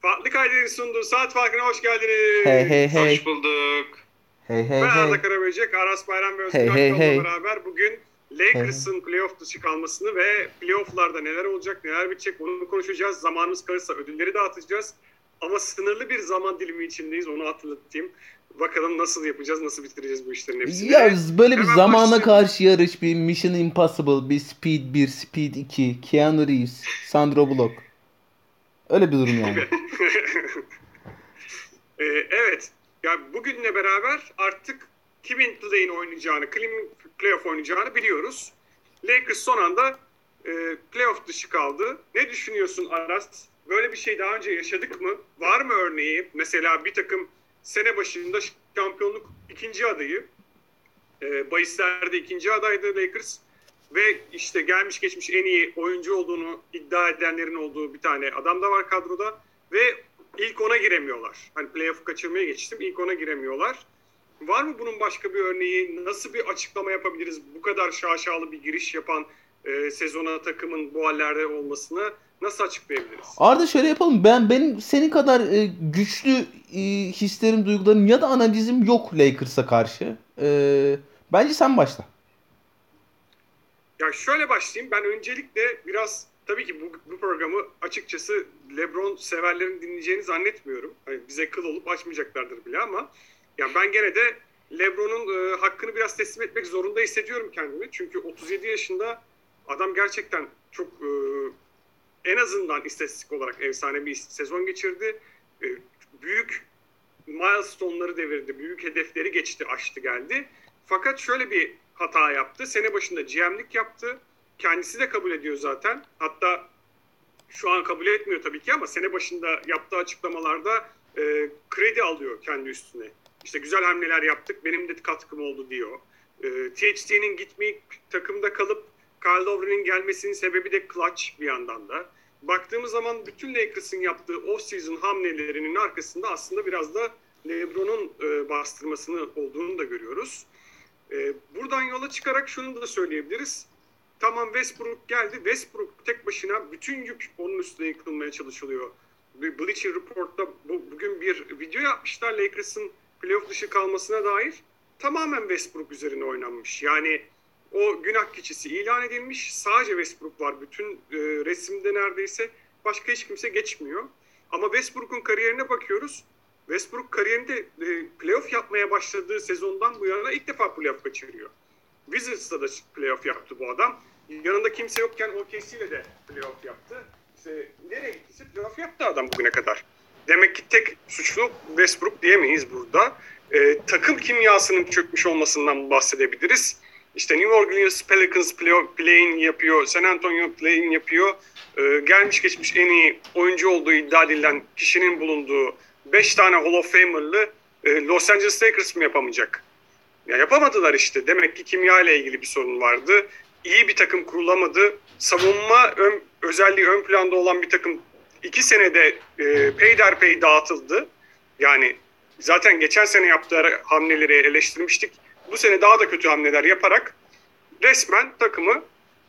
Farklı Kaydet'in sunduğu Saat Farkı'na hoş geldiniz. Hey hey Hoş hey. bulduk. Hey hey Ben Arda hey. Karaböcek, Aras Bayram ve Özgün Hey hey Akkal'la hey. beraber bugün Hey. Lakers'ın playoff dışı kalmasını ve playoff'larda neler olacak, neler bitecek onu konuşacağız. Zamanımız kalırsa ödülleri dağıtacağız. Ama sınırlı bir zaman dilimi içindeyiz, onu hatırlatayım. Bakalım nasıl yapacağız, nasıl bitireceğiz bu işlerin hepsini. Ya böyle bir Hemen zamana başlayalım. karşı yarış, bir Mission Impossible, bir Speed 1, Speed 2, Keanu Reeves, Sandra Bullock. Öyle bir durum yani. Evet. Ya bugünle beraber artık kimin play-in oynayacağını, kimin playoff oynayacağını biliyoruz. Lakers son anda playoff dışı kaldı. Ne düşünüyorsun Aras? Böyle bir şey daha önce yaşadık mı? Var mı örneği? Mesela bir takım sene başında şampiyonluk ikinci adayı. Bahislerde ikinci adaydı Lakers. Ve işte gelmiş geçmiş en iyi oyuncu olduğunu iddia edenlerin olduğu bir tane adam da var kadroda. Ve ilk ona giremiyorlar. Hani playoff'u kaçırmaya geçtim. İlk ona giremiyorlar. Var mı bunun başka bir örneği? Nasıl bir açıklama yapabiliriz? Bu kadar şaşalı bir giriş yapan sezona takımın bu hallerde olmasını nasıl açıklayabiliriz? Arda şöyle yapalım. Benim senin kadar güçlü hislerim, duygularım ya da analizim yok Lakers'a karşı. Bence sen başla. Ya şöyle başlayayım. Ben öncelikle biraz tabii ki bu programı açıkçası LeBron severlerin dinleyeceğini zannetmiyorum. Hani bize kıl olup açmayacaklardır bile ama ya ben gene de LeBron'un hakkını biraz teslim etmek zorunda hissediyorum kendimi. Çünkü 37 yaşında adam gerçekten çok en azından istatistik olarak efsane bir sezon geçirdi. E, büyük milestone'ları devirdi, büyük hedefleri geçti, aştı geldi. Fakat şöyle bir hata yaptı. Sene başında GM'lik yaptı. Kendisi de kabul ediyor zaten. Hatta şu an kabul etmiyor tabii ki ama sene başında yaptığı açıklamalarda kredi alıyor kendi üstüne. İşte güzel hamleler yaptık, benim de katkım oldu diyor. THT'nin gitmeyip takımda kalıp Kyle Lowry'nin gelmesinin sebebi de clutch bir yandan da. Baktığımız zaman bütün Lakers'ın yaptığı off-season hamlelerinin arkasında aslında biraz da LeBron'un bastırmasını olduğunu da görüyoruz. Buradan yola çıkarak şunu da söyleyebiliriz. Tamam, Westbrook geldi. Westbrook tek başına bütün yük onun üstüne yıkılmaya çalışılıyor. Bleacher Report'ta bugün bir video yapmışlar Lakers'ın playoff dışı kalmasına dair. Tamamen Westbrook üzerine oynanmış. Yani o günah keçisi ilan edilmiş. Sadece Westbrook var. Bütün resimde neredeyse başka hiç kimse geçmiyor. Ama Westbrook'un kariyerine bakıyoruz. Westbrook kariyerinde playoff yapmaya başladığı sezondan bu yana ilk defa playoff kaçırıyor. Wizards'ta da playoff yaptı bu adam. Yanında kimse yokken OKC'yle de playoff yaptı. İşte nereye gittiyse playoff yaptı adam bugüne kadar. Demek ki tek suçlu Westbrook diyemeyiz burada. Takım kimyasının çökmüş olmasından bahsedebiliriz. İşte New Orleans Pelicans play-in yapıyor, San Antonio play-in yapıyor. Gelmiş geçmiş en iyi oyuncu olduğu iddia edilen kişinin bulunduğu 5 tane Hall of Famer'lı Los Angeles Lakers mı yapamayacak? Ya yapamadılar işte. Demek ki kimya ile ilgili bir sorun vardı. İyi bir takım kurulamadı. Savunma özelliği ön planda olan bir takım 2 senede peyderpey dağıtıldı. Yani zaten geçen sene yaptığı hamleleri eleştirmiştik. Bu sene daha da kötü hamleler yaparak resmen takımı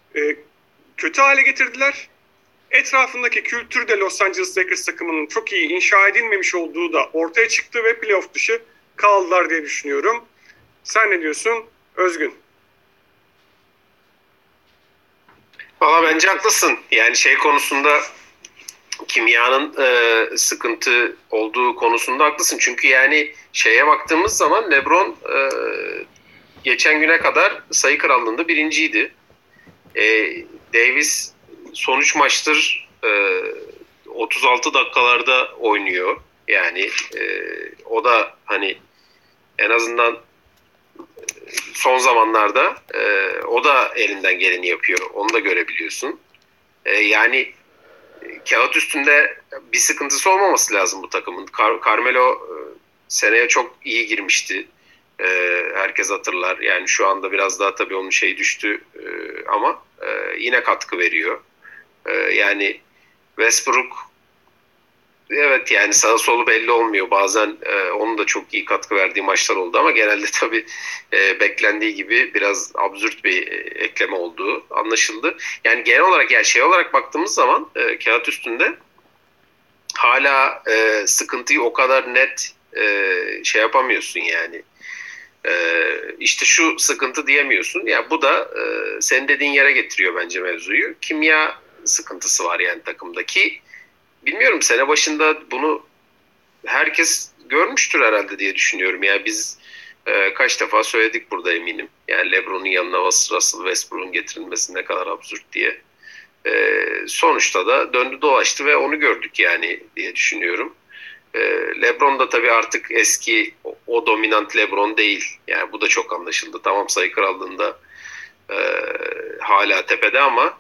kötü hale getirdiler. Etrafındaki kültür de Los Angeles Lakers takımının çok iyi inşa edilmemiş olduğu da ortaya çıktı ve playoff dışı kaldılar diye düşünüyorum. Sen ne diyorsun Özgün? Valla bence haklısın. Yani şey konusunda kimyanın sıkıntı olduğu konusunda haklısın. Çünkü yani şeye baktığımız zaman LeBron geçen güne kadar sayı krallığında birinciydi. Davis son 3 maçtır 36 dakikalarda oynuyor. Yani o da hani en azından son zamanlarda o da elinden geleni yapıyor. Onu da görebiliyorsun. Yani kağıt üstünde bir sıkıntısı olmaması lazım bu takımın. Carmelo seneye çok iyi girmişti. Herkes hatırlar. Yani şu anda biraz daha tabii onun şeyi düştü ama yine katkı veriyor. Yani Westbrook evet yani sağa solu belli olmuyor. Bazen onun da çok iyi katkı verdiği maçlar oldu ama genelde tabii beklendiği gibi biraz absürt bir ekleme olduğu anlaşıldı. Yani genel olarak yani şey olarak baktığımız zaman kağıt üstünde hala sıkıntıyı o kadar net şey yapamıyorsun yani. İşte şu sıkıntı diyemiyorsun. Ya bu da senin dediğin yere getiriyor bence mevzuyu. Kimya sıkıntısı var yani takımdaki. Bilmiyorum, sene başında bunu herkes görmüştür herhalde diye düşünüyorum. Yani biz kaç defa söyledik burada eminim. Yani LeBron'un yanına Russell Westbrook'un getirilmesi ne kadar absürt diye. Sonuçta da döndü dolaştı ve onu gördük yani diye düşünüyorum. LeBron da tabii artık eski o dominant LeBron değil. Yani bu da çok anlaşıldı. Tamam, sayı krallığında hala tepede ama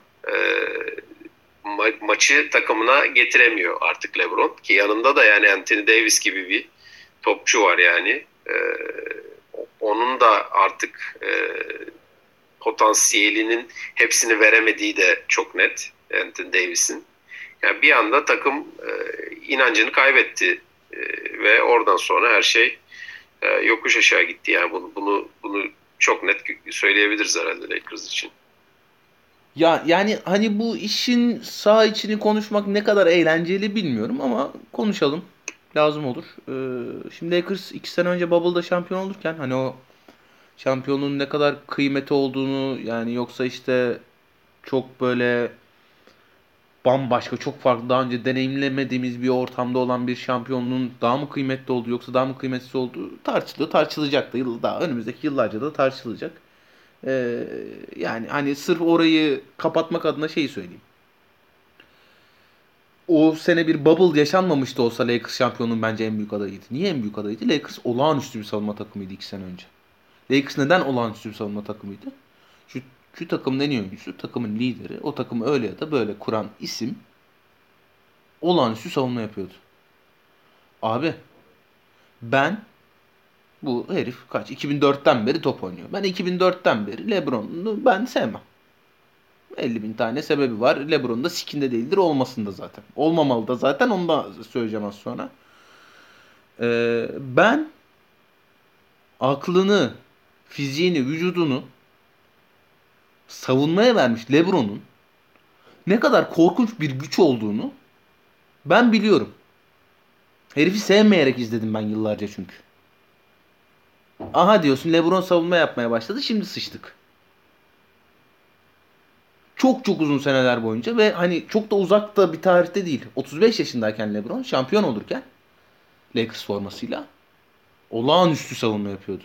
maçı takımına getiremiyor artık LeBron. Ki yanında da yani Anthony Davis gibi bir topçu var yani. Onun da artık potansiyelinin hepsini veremediği de çok net Anthony Davis'in. Yani bir anda takım inancını kaybetti ve oradan sonra her şey yokuş aşağı gitti. Yani bunu çok net söyleyebiliriz herhalde Lakers için. Ya yani hani bu işin saha içini konuşmak ne kadar eğlenceli bilmiyorum ama konuşalım. Lazım olur. Şimdi Lakers 2 sene önce Bubble'da şampiyon olurken hani o şampiyonluğun ne kadar kıymeti olduğunu, yani yoksa işte çok böyle bambaşka, çok farklı, daha önce deneyimlemediğimiz bir ortamda olan bir şampiyonluğun daha mı kıymetli olduğu yoksa daha mı kıymetsiz olduğu tartışılıyor. Tartışılacak da daha önümüzdeki yıllarca da tartışılacak. Yani hani sırf orayı kapatmak adına şeyi söyleyeyim. O sene bir bubble yaşanmamıştı olsa Lakers şampiyonluğun bence en büyük adayıydı. Niye en büyük adayıydı? Lakers olağanüstü bir savunma takımıydı 2 sene önce. Lakers neden olağanüstü bir savunma takımıydı? Şu, şu takımın en iyi oyuncusu, takımın lideri, o takımı öyle ya da böyle kuran isim olağanüstü savunma yapıyordu. Abi ben, bu herif kaç? 2004'ten beri top oynuyor. Ben 2004'ten beri LeBron'u ben sevmem. 50 bin tane sebebi var. LeBron da sikinde değildir. Olmasın da zaten. Olmamalı da zaten. Onu da söyleyeceğim az sonra. Ben aklını, fiziğini, vücudunu savunmaya vermiş LeBron'un ne kadar korkunç bir güç olduğunu ben biliyorum. Herifi sevmeyerek izledim ben yıllarca çünkü. Aha diyorsun, LeBron savunma yapmaya başladı. Şimdi sıçtık. Çok çok uzun seneler boyunca ve hani çok da uzakta bir tarihte değil. 35 yaşındayken LeBron şampiyon olurken Lakers formasıyla olağanüstü savunma yapıyordu.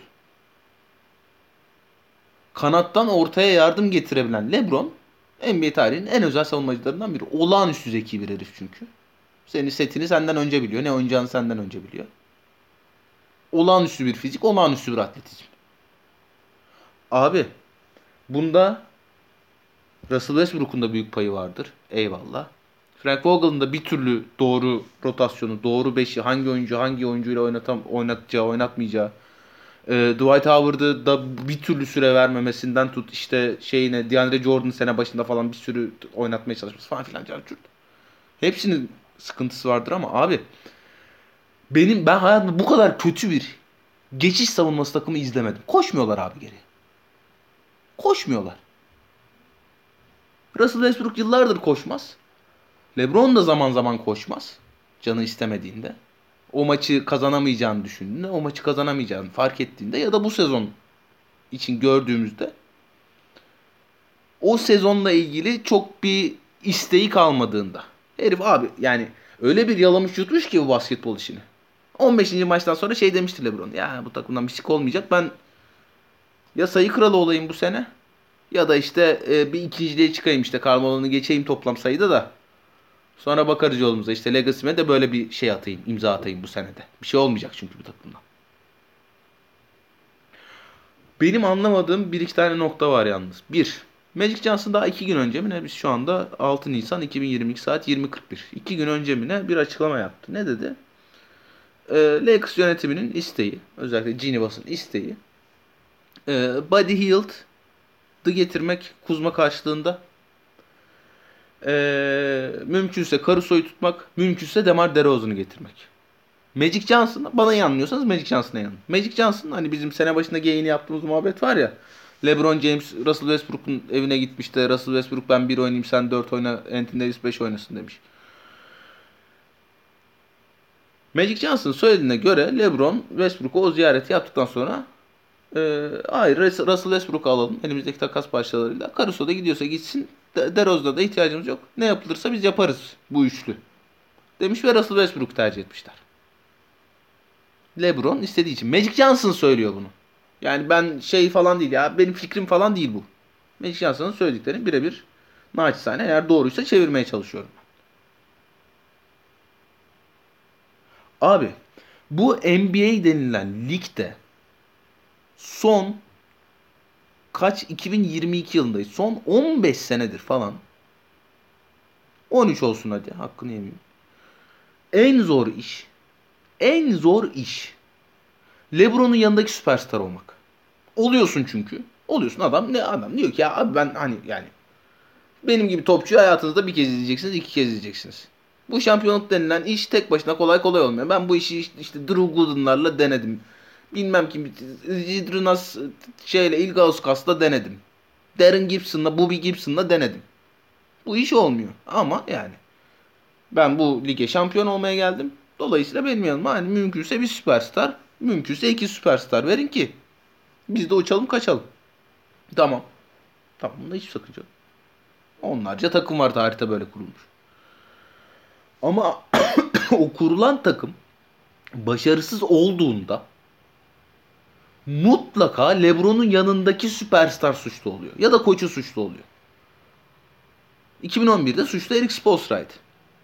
Kanattan ortaya yardım getirebilen LeBron NBA tarihinin en özel savunmacılarından biri. Olağanüstü zeki bir herif çünkü. Senin setini senden önce biliyor. Ne oynayacağını senden önce biliyor. Olağanüstü bir fizik, olağanüstü bir atletizm. Abi bunda Russell Westbrook'un da büyük payı vardır. Eyvallah. Frank Vogel'ın da bir türlü doğru rotasyonu, doğru beşi, hangi oyuncu hangi oyuncuyla oynatacağı, oynatmayacağı, Dwight Howard'ı da bir türlü süre vermemesinden tut işte şeyine, DeAndre Jordan sene başında falan bir sürü oynatmaya çalışması falan filan. Hepsinin sıkıntısı vardır ama abi ben hayatımda bu kadar kötü bir geçiş savunması takımı izlemedim. Koşmuyorlar abi geri. Koşmuyorlar. Russell Westbrook yıllardır koşmaz. LeBron da zaman zaman koşmaz. Canı istemediğinde. O maçı kazanamayacağını düşündüğünde, o maçı kazanamayacağını fark ettiğinde ya da bu sezon için gördüğümüzde o sezonla ilgili çok bir isteği kalmadığında. Herif abi yani öyle bir yalamış yutmuş ki bu basketbol işini. 15. maçtan sonra şey demişti LeBron. Ya bu takımdan bir sik olmayacak. Ben ya sayı kralı olayım bu sene ya da işte bir ikinciliğe çıkayım, işte Carmelo'nu geçeyim toplam sayıda da. Sonra bakarız yolumuza. İşte Legacy'me de böyle bir şey atayım, imza atayım bu senede. Bir şey olmayacak çünkü bu takımdan. Benim anlamadığım bir iki tane nokta var yalnız. Bir, Magic Johnson daha 2 gün önce mi ne? Biz şu anda 6 Nisan 2022 saat 20.41. 2 gün önce mi ne? Bir açıklama yaptı. Ne dedi? Lakers yönetiminin isteği, özellikle Ginny Bass'ın isteği, Buddy Hield'ı getirmek Kuzma karşılığında. Mümkünse Caruso'yu tutmak, mümkünse DeMar DeRozan'ı getirmek. Magic Johnson, bana inanmıyorsanız Magic Johnson'a inanın. Magic Johnson, hani bizim sene başında yayını yaptığımız muhabbet var ya. LeBron James Russell Westbrook'un evine gitmiş de Russell Westbrook ben 1 oynayayım sen 4 oyna, Anthony Davis 5 oynasın demiş. Magic Johnson'ın söylediğine göre LeBron Westbrook'a o ziyareti yaptıktan sonra hayır Russell Westbrook'u alalım elimizdeki takas parçalarıyla. Caruso da gidiyorsa gitsin. DeRozan'a da ihtiyacımız yok. Ne yapılırsa biz yaparız bu üçlü. Demiş ve Russell Westbrook'u tercih etmişler. LeBron istediği için. Magic Johnson söylüyor bunu. Yani ben şey falan değil ya. Benim fikrim falan değil bu. Magic Johnson'ın söylediklerini birebir naçizane eğer doğruysa çevirmeye çalışıyorum. Abi bu NBA denilen ligde son 2022 yılındayız. Son 15 senedir falan. 13 olsun hadi. Hakkını yemeyeyim. En zor iş. En zor iş. LeBron'un yanındaki süperstar olmak. Oluyorsun çünkü. Oluyorsun adam diyor ki ya abi ben hani yani benim gibi topçuyu hayatınızda bir kez izleyeceksiniz, iki kez izleyeceksiniz. Bu şampiyonluk denilen iş tek başına kolay kolay olmuyor. Ben bu işi işte Drew Gooden'larla denedim. Bilmem kim Zydrunas Ilgauskas'la denedim. Darren Gibson'la, Bobby Gibson'la denedim. Bu iş olmuyor. Ama yani ben bu lige şampiyon olmaya geldim. Dolayısıyla benim yanıma hani mümkünse bir süperstar, mümkünse iki süperstar verin ki biz de uçalım kaçalım. Tamam. Tamam bunda hiçbir sakınca yok. Onlarca takım var tarihte böyle kurulmuş. Ama o kurulan takım başarısız olduğunda mutlaka LeBron'un yanındaki süperstar suçlu oluyor. Ya da koçu suçlu oluyor. 2011'de suçlu Erik Spoelstra'ydı.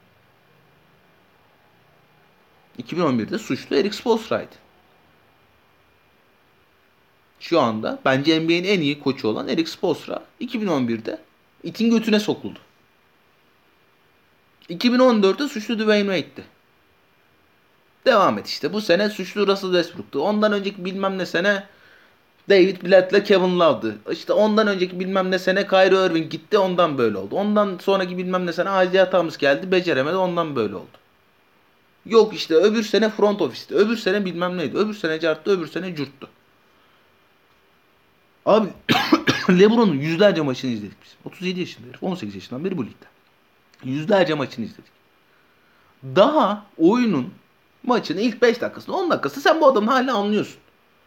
2011'de suçlu Erik Spoelstra'ydı. Şu anda bence NBA'nin en iyi koçu olan Erik Spoelstra 2011'de itin götüne sokuldu. 2014'te suçlu Dwayne Wade'di. Devam et işte. Bu sene suçlu Russell Westbrook'tu. Ondan önceki bilmem ne sene David Blatt'la Kevin Love'dı. İşte ondan önceki bilmem ne sene Kyrie Irving gitti ondan böyle oldu. Ondan sonraki bilmem ne sene Isaiah Thomas geldi beceremedi ondan böyle oldu. Yok işte öbür sene front office'ti. Öbür sene bilmem neydi. Öbür sene carttı öbür sene curttu. Abi LeBron'un yüzlerce maçını izledik biz. 37 yaşında herif. 18 yaşından beri bu ligde. Yüzlerce maçını izledik. Daha oyunun maçın ilk 5 dakikasında 10 dakikası sen bu adamın halini anlıyorsun.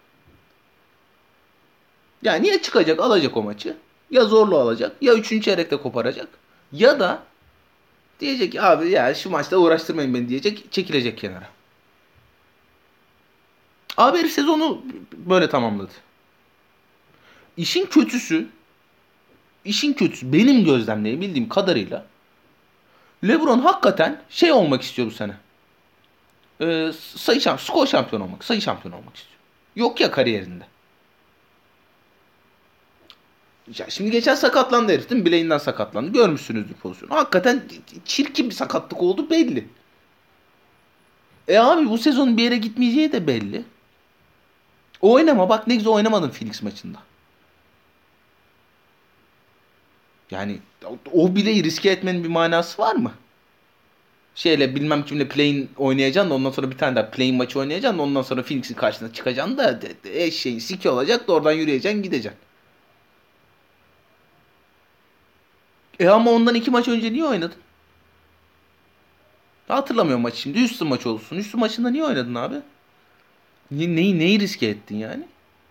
Yani ya çıkacak alacak o maçı ya zorlu alacak ya 3. çeyrekte koparacak ya da diyecek ki abi ya şu maçta uğraştırmayın beni diyecek çekilecek kenara. Abi herif sezonu böyle tamamladı. İşin kötüsü benim gözlemleyebildiğim kadarıyla LeBron hakikaten şey olmak istiyor bu sene. Skor şampiyonu olmak, sayı şampiyonu olmak istiyor. Yok ya kariyerinde. Ya şimdi geçen sakatlandı herif değil mi? Bileğinden sakatlandı. Görmüşsünüzdür pozisyonu. Hakikaten çirkin bir sakatlık oldu belli. Abi bu sezonun bir yere gitmeyeceği de belli. Oynama bak ne güzel oynamadın Phoenix maçında. Yani o bileği riske etmenin bir manası var mı? Şeyle bilmem kimle play-in oynayacaksın da ondan sonra bir tane daha play-in maçı oynayacaksın da ondan sonra Phoenix'in karşısına çıkacaksın da eşeğin siki olacak da oradan yürüyeceksin gideceksin. Ama ondan 2 maç önce niye oynadın? Hatırlamıyorum maçı şimdi. Houston maçı olsun. Houston maçında niye oynadın abi? Neyi riske ettin yani?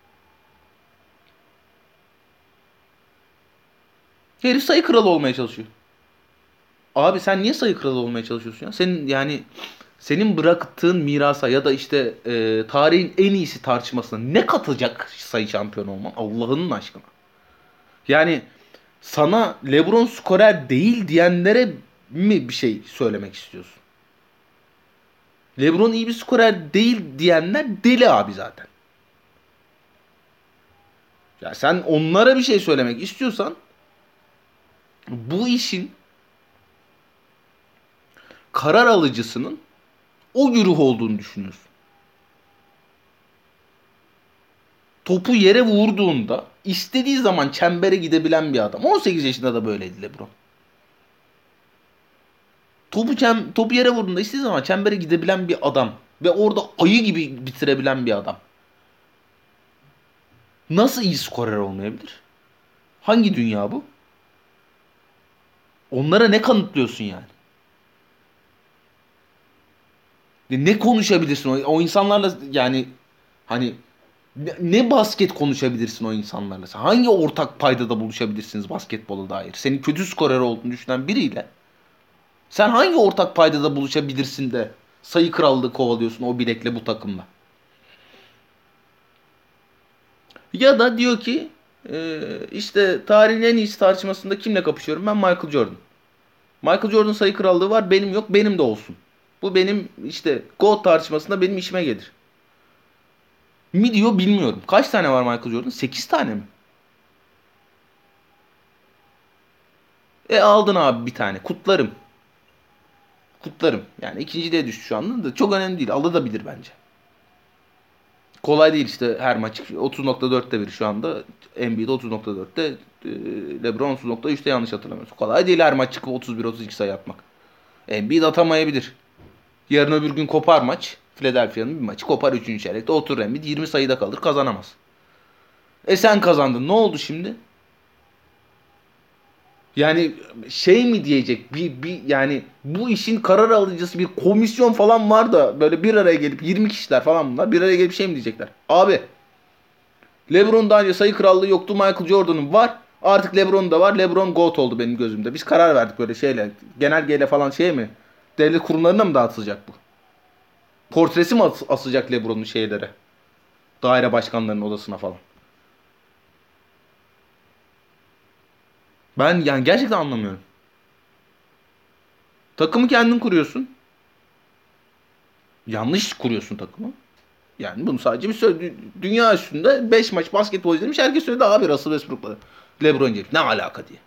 Herif sayı kralı olmaya çalışıyor. Abi sen niye sayı kralı olmaya çalışıyorsun ya? Senin bıraktığın mirasa ya da işte tarihin en iyisi tartışmasına ne katacak sayı şampiyonu olman? Allah'ının aşkına. Yani sana LeBron skorer değil diyenlere mi bir şey söylemek istiyorsun? LeBron iyi bir skorer değil diyenler deli abi zaten. Ya sen onlara bir şey söylemek istiyorsan bu işin karar alıcısının o güruh olduğunu düşünüyorsun. Topu yere vurduğunda istediği zaman çembere gidebilen bir adam. 18 yaşında da böyleydi LeBron. Topu yere vurduğunda istediği zaman çembere gidebilen bir adam. Ve orada ayı gibi bitirebilen bir adam. Nasıl iyi skorer olmayabilir? Hangi dünya bu? Onlara ne kanıtlıyorsun yani? Ne konuşabilirsin o insanlarla, yani hani ne basket konuşabilirsin o insanlarla? Hangi ortak paydada buluşabilirsiniz basketbola dair? Senin kötü skorer olduğunu düşünen biriyle sen hangi ortak paydada buluşabilirsin de sayı krallığı kovalıyorsun o bilekle bu takımla? Ya da diyor ki işte tarihin en iyisi tartışmasında kimle kapışıyorum? Ben Michael Jordan. Michael Jordan sayı krallığı var, benim yok, benim de olsun. Bu benim işte GOAT tartışmasında benim işime gelir. Mi diyor bilmiyorum. Kaç tane var Michael Jordan? 8 tane mi? Aldın abi bir tane. Kutlarım. Kutlarım. Yani ikinciliğe düştü şu anda da çok önemli değil. Alabilir bence. Kolay değil işte her maç 30.4'te biri şu anda. Embiid 30.4'te, LeBron 30.3'te yanlış hatırlamıyorsun. Kolay değil her maç çıkıp 31-32 sayı atmak. Embiid atamayabilir. Yarın öbür gün kopar maç. Philadelphia'nın bir maçı kopar 3. çeyrekte. Oturur Embiid 20 sayıda kalır, kazanamaz. Sen kazandın. Ne oldu şimdi? Yani şey mi diyecek yani bu işin karar alıcısı bir komisyon falan var da böyle bir araya gelip 20 kişiler falan bunlar bir araya gelip şey mi diyecekler? Abi LeBron daha önce sayı krallığı yoktu, Michael Jordan'ın var. Artık LeBron da var. LeBron GOAT oldu benim gözümde. Biz karar verdik böyle şeyle. Genelgeyle falan şey mi? Devlet kurumlarına mı dağıtılacak bu? Portresi mi asacak LeBron'un şeylere? Daire başkanlarının odasına falan. Ben yani gerçekten anlamıyorum. Takımı kendin kuruyorsun. Yanlış kuruyorsun takımı. Yani bunu sadece bir söyle. Dünya üstünde 5 maç basketbol izlemiş. Herkes söyledi abi Russell Westbrook'la LeBron James. Ne alaka diye.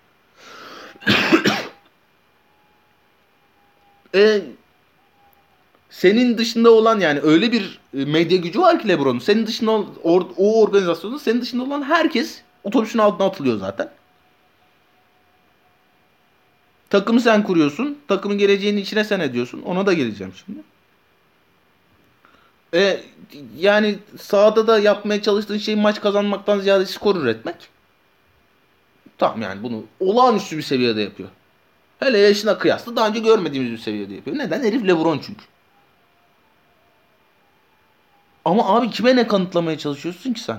e, Senin dışında olan yani öyle bir medya gücü var ki LeBron'un. Senin dışında o organizasyonun senin dışında olan herkes otobüsün altına atılıyor zaten. Takımı sen kuruyorsun. Takımın geleceğini içine sen ediyorsun. Ona da geleceğim şimdi. E, Yani sahada da yapmaya çalıştığın şey maç kazanmaktan ziyade skor üretmek. Tamam yani bunu olağanüstü bir seviyede yapıyor. Hele yaşına kıyasla daha önce görmediğimiz bir seviyede yapıyor. Neden? Herif LeBron çünkü. Ama abi kime ne kanıtlamaya çalışıyorsun ki sen?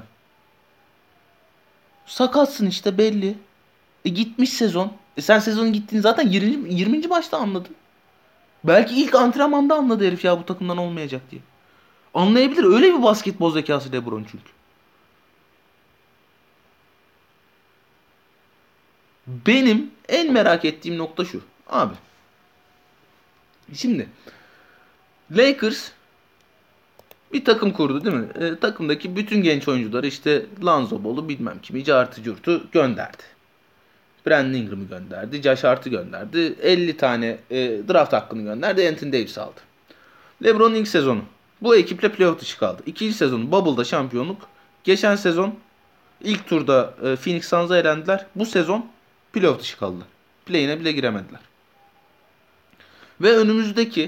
Sakatsın işte belli. Gitmiş sezon. Sen sezonun gittiğini zaten 20. maçta anladın. Belki ilk antrenmanda anladı herif ya bu takımdan olmayacak diye. Anlayabilir. Öyle bir basketbol zekası LeBron çünkü. Benim en merak ettiğim nokta şu. Abi. Şimdi Lakers bir takım kurdu değil mi? Takımdaki bütün genç oyuncuları işte Lonzo Ball'u bilmem kimi cartı curtu gönderdi. Brandon Ingram'ı gönderdi. Josh Hart'ı gönderdi. 50 tane draft hakkını gönderdi. Anthony Davis aldı. LeBron'un ilk sezonu. Bu ekiple playoff dışı kaldı. İkinci sezonu Bubble'da şampiyonluk. Geçen sezon ilk turda Phoenix Suns'a elendiler. Bu sezon playoff dışı kaldılar. Play'ine bile giremediler. Ve önümüzdeki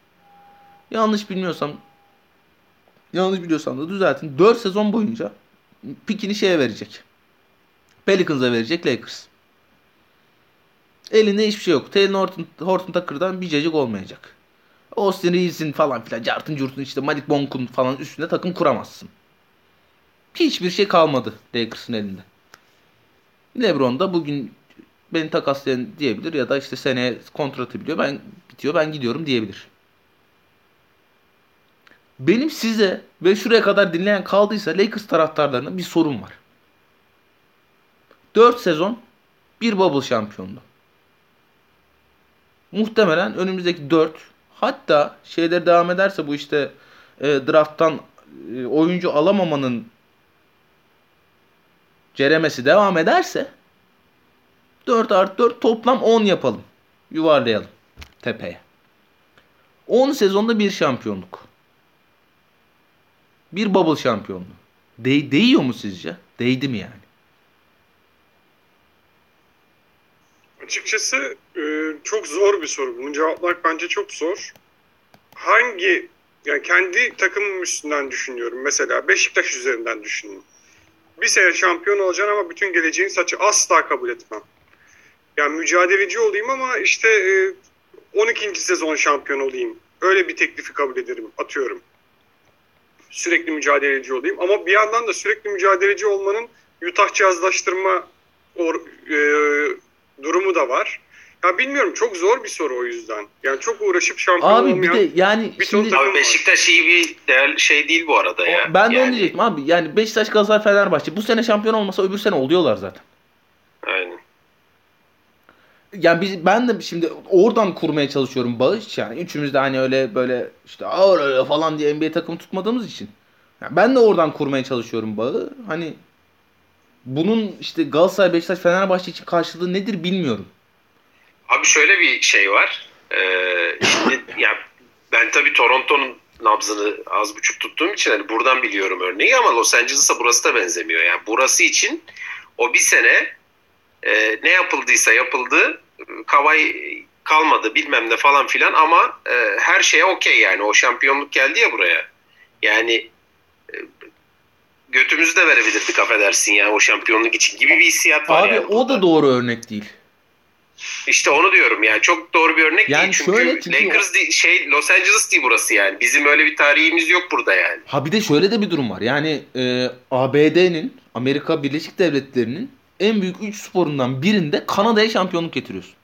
yanlış biliyorsam da düzeltin. 4 sezon boyunca pikini şeye verecek. Pelicans'a verecek Lakers. Elinde hiçbir şey yok. Taylor Horton Tucker'dan bir cacık olmayacak. Austin Reeves'in falan filan Cart'ın Curt'un işte Malik Monk'un falan üstünde takım kuramazsın. Hiçbir şey kalmadı Lakers'ın elinde. LeBron da bugün beni takaslayan diyebilir ya da işte seneye kontratı bitiyor ben gidiyorum diyebilir. Benim size ve şuraya kadar dinleyen kaldıysa Lakers taraftarlarına bir sorum var. 4 sezon bir bubble şampiyonluğu. Muhtemelen önümüzdeki 4 hatta şeyler devam ederse bu işte drafttan oyuncu alamamanın ceremesi devam ederse 4+4 toplam 10 yapalım. Yuvarlayalım tepeye. 10 sezonda bir şampiyonluk. Bir bubble şampiyonluğu. Değiyor mu sizce? Değdi mi yani? Açıkçası çok zor bir soru. Bunu cevaplamak bence çok zor. Yani kendi takımım üstünden düşünüyorum. Mesela Beşiktaş üzerinden düşünüyorum. Bir sene şampiyon olacaksın ama bütün geleceğin saçı asla kabul etmem. Yani mücadeleci olayım ama işte 12. sezon şampiyon olayım. öyle bir teklifi kabul ederim, atıyorum. Sürekli mücadeleci olayım. Ama bir yandan da sürekli mücadeleci olmanın Utah Jazz'laştırma e, durumu da var. Ya bilmiyorum, çok zor bir soru o yüzden. Yani çok uğraşıp şampiyon Abi bir olmayan de yani bir ton şimdi takım Abi var. Beşiktaş iyi bir değerli şey değil bu arada ya. ben de onu Yani, diyecektim abi. Yani Beşiktaş, Galatasaray, Fenerbahçe bu sene şampiyon olmasa öbür sene oluyorlar zaten. aynen. Yani ben de şimdi oradan kurmaya çalışıyorum bağı. Yani üçümüz de hani öyle böyle işte ağır öyle falan diye NBA takımı tutmadığımız için. Yani ben de oradan kurmaya çalışıyorum bağı. Hani bunun işte Galatasaray, Beşiktaş, Fenerbahçe için karşılığı nedir bilmiyorum. Abi şöyle bir şey var. Şimdi ya ben tabii Toronto'nun nabzını az buçuk tuttuğum için hani buradan biliyorum örneği, ama Los Angeles'a burası da benzemiyor. Yani burası için o bir sene ne yapıldıysa yapıldı. Kavay kalmadı bilmem ne falan filan, ama her şeye okey yani. O şampiyonluk geldi ya buraya. Yani e, götümüzü de verebilirdik, affedersin ya, o şampiyonluk için gibi bir hissiyat var Abi yani o burada. da doğru örnek değil. İşte onu diyorum yani, çok doğru bir örnek Yani değil çünkü, şöyle, çünkü Lakers değil, Los Angeles değil burası yani. Bizim öyle bir tarihimiz yok burada yani. Ha bir de şöyle de bir durum var. Yani ABD'nin, Amerika Birleşik Devletleri'nin en büyük 3 sporundan birinde Kanada'ya şampiyonluk getiriyorsun.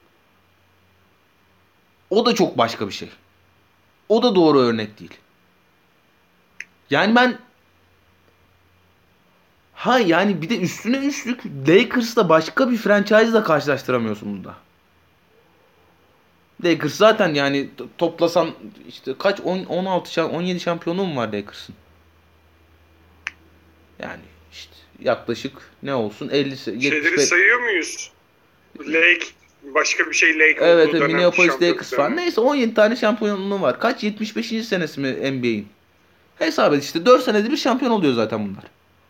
O da çok başka bir şey. O da doğru örnek değil. Yani yani bir de üstüne üstlük Lakers'la başka bir franchise'la karşılaştıramıyorsun bunda. Lakers zaten yani toplasan işte kaç 16 17 şampiyonluğu mu var Lakers'ın? Yani işte yaklaşık ne olsun 50 Şeyleri 75. sayıyor muyuz? Lake, başka bir şey Lake Evet, olduğu dönem Minneapolis şampiyonluk Lakers falan. dönemi. Neyse 17 tane şampiyonluğu var. Kaç? 75. senesi mi NBA'in? Hesap et işte 4 senede bir şampiyon oluyor zaten bunlar.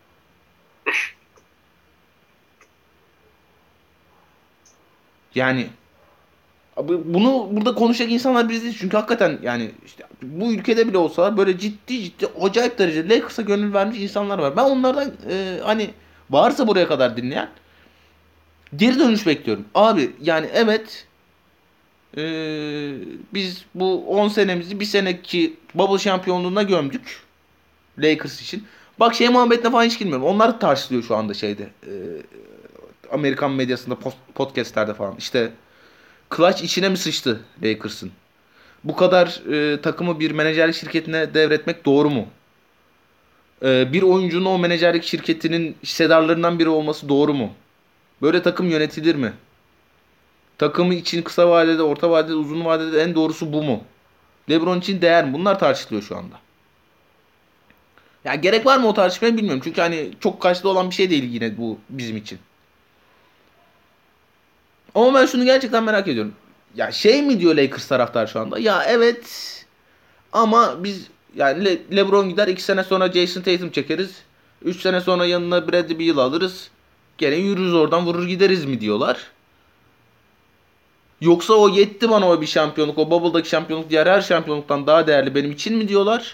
Yani bunu burada konuşacak insanlar biz değiliz. Çünkü hakikaten yani işte bu ülkede bile olsa böyle ciddi acayip derecede Lakers'a gönül vermiş insanlar var. Ben onlardan hani varsa buraya kadar dinleyen geri dönüş bekliyorum. Abi yani evet, e, biz bu 10 senemizi bir seneki bubble şampiyonluğuna gömdük Lakers için. Bak şey muhabbetine falan hiç girmiyorum. Onlar tartışılıyor şu anda şeyde. Amerikan medyasında, podcastlerde falan. İşte Clutch içine mi sıçtı Lakers'ın? Bu kadar takımı bir menajerlik şirketine devretmek doğru mu? Bir oyuncunun o menajerlik şirketinin hissedarlarından biri olması doğru mu? Böyle takım yönetilir mi? Takımı için kısa vadede, orta vadede, uzun vadede en doğrusu bu mu? LeBron için değer mi? Bunlar tartışılıyor şu anda. Ya gerek var mı o tartışmaya bilmiyorum. Çünkü hani çok karşılığı olan bir şey değil yine bu bizim için. Ama ben şunu gerçekten merak ediyorum. Ya şey mi diyor Lakers taraftar şu anda? Ya evet ama biz yani LeBron gider 2 sene sonra Jason Tatum çekeriz. 3 sene sonra yanına Bradley Beal alırız. Gene yürürüz oradan vurur gideriz mi diyorlar. Yoksa o yetti bana o bir şampiyonluk. O Bubble'daki şampiyonluk diğer her şampiyonluktan daha değerli benim için mi diyorlar.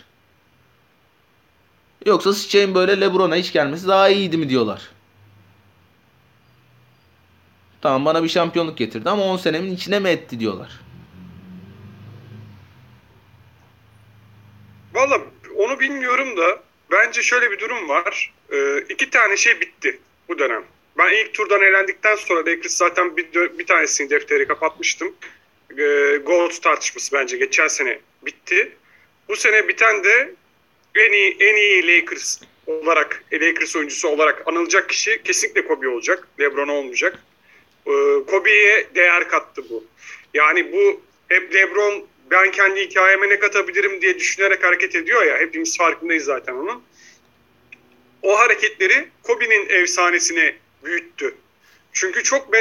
Yoksa sıçayım böyle LeBron'a hiç gelmesi daha iyiydi mi diyorlar. Tamam bana bir şampiyonluk getirdi ama 10 senemin içine mi etti diyorlar. Valla onu bilmiyorum da bence şöyle bir durum var. İki tane şey bitti bu dönem. Ben ilk turdan elendikten sonra Lakers zaten bir tanesini defteri kapatmıştım. Gold tartışması bence geçen sene bitti. Bu sene biten de en iyi Lakers olarak, Lakers oyuncusu olarak anılacak kişi kesinlikle Kobe olacak. LeBron olmayacak. Kobe'ye değer kattı bu. Yani bu hep LeBron ben kendi hikayeme ne katabilirim diye düşünerek hareket ediyor ya. Hepimiz farkındayız zaten onun. O hareketleri Kobe'nin efsanesine büyüttü. Çünkü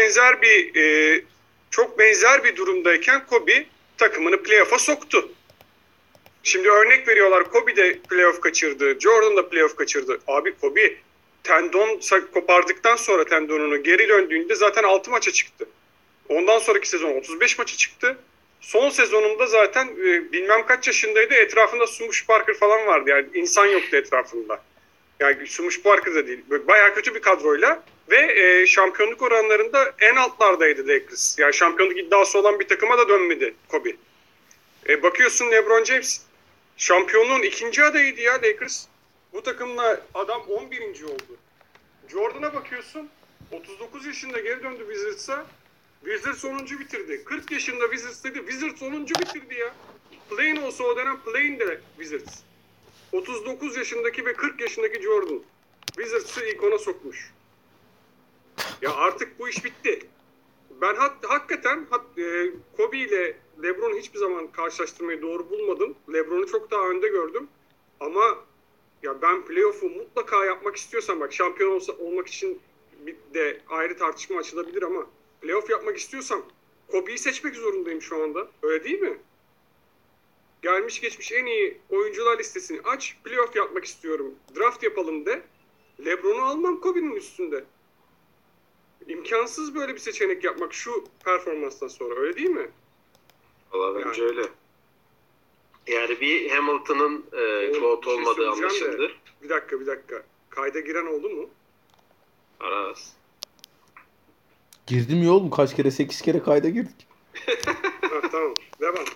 çok benzer bir durumdayken Kobe takımını playoff'a soktu. Şimdi örnek veriyorlar, Kobe de playoff kaçırdı, Jordan da playoff kaçırdı. Abi Kobe tendon kopardıktan sonra tendonunu geri döndüğünde zaten 6 maça çıktı. Ondan sonraki sezon 35 maça çıktı. Son sezonunda zaten bilmem kaç yaşındaydı. Etrafında Smush Parker falan vardı. Yani insan yoktu etrafında. Yani Smush Parker da değil. Böyle bayağı kötü bir kadroyla ve şampiyonluk oranlarında en altlardaydı Lakers. Yani şampiyonluk iddiası olan bir takıma da dönmedi Kobe. Bakıyorsun LeBron James şampiyonluğun ikinci adayıydı ya Lakers. Bu takımla adam 11. oldu. Jordan'a bakıyorsun 39 yaşında geri döndü Wizards'a. Wizards 10. bitirdi. 40 yaşında Wizards dedi. Wizards 10. bitirdi ya. Play-in olsa o dönem play-in de Wizards. 39 yaşındaki ve 40 yaşındaki Jordan. Wizards'ı ilk ona sokmuş. Ya artık bu iş bitti. Ben hakikaten Kobe ile LeBron'u hiçbir zaman karşılaştırmayı doğru bulmadım. LeBron'u çok daha önde gördüm. Ama ya ben playoff'u mutlaka yapmak istiyorsam, bak şampiyon olmak için bir de ayrı tartışma açılabilir ama playoff yapmak istiyorsam Kobe'yi seçmek zorundayım şu anda. Öyle değil mi? Gelmiş geçmiş en iyi oyuncular listesini aç. Playoff yapmak istiyorum. Draft yapalım de. LeBron'u almam Kobe'nin üstünde. İmkansız böyle bir seçenek yapmak şu performanstan sonra, öyle değil mi? Valla bence Yani. öyle. Yani bir Hamilton'ın GOAT olmadığı anlaşıldı. Bir dakika. Kayda giren oldu mu? Aras. Girdim ya oğlum. Kaç kere? 8 kere kayda girdik. Tamam. Devam.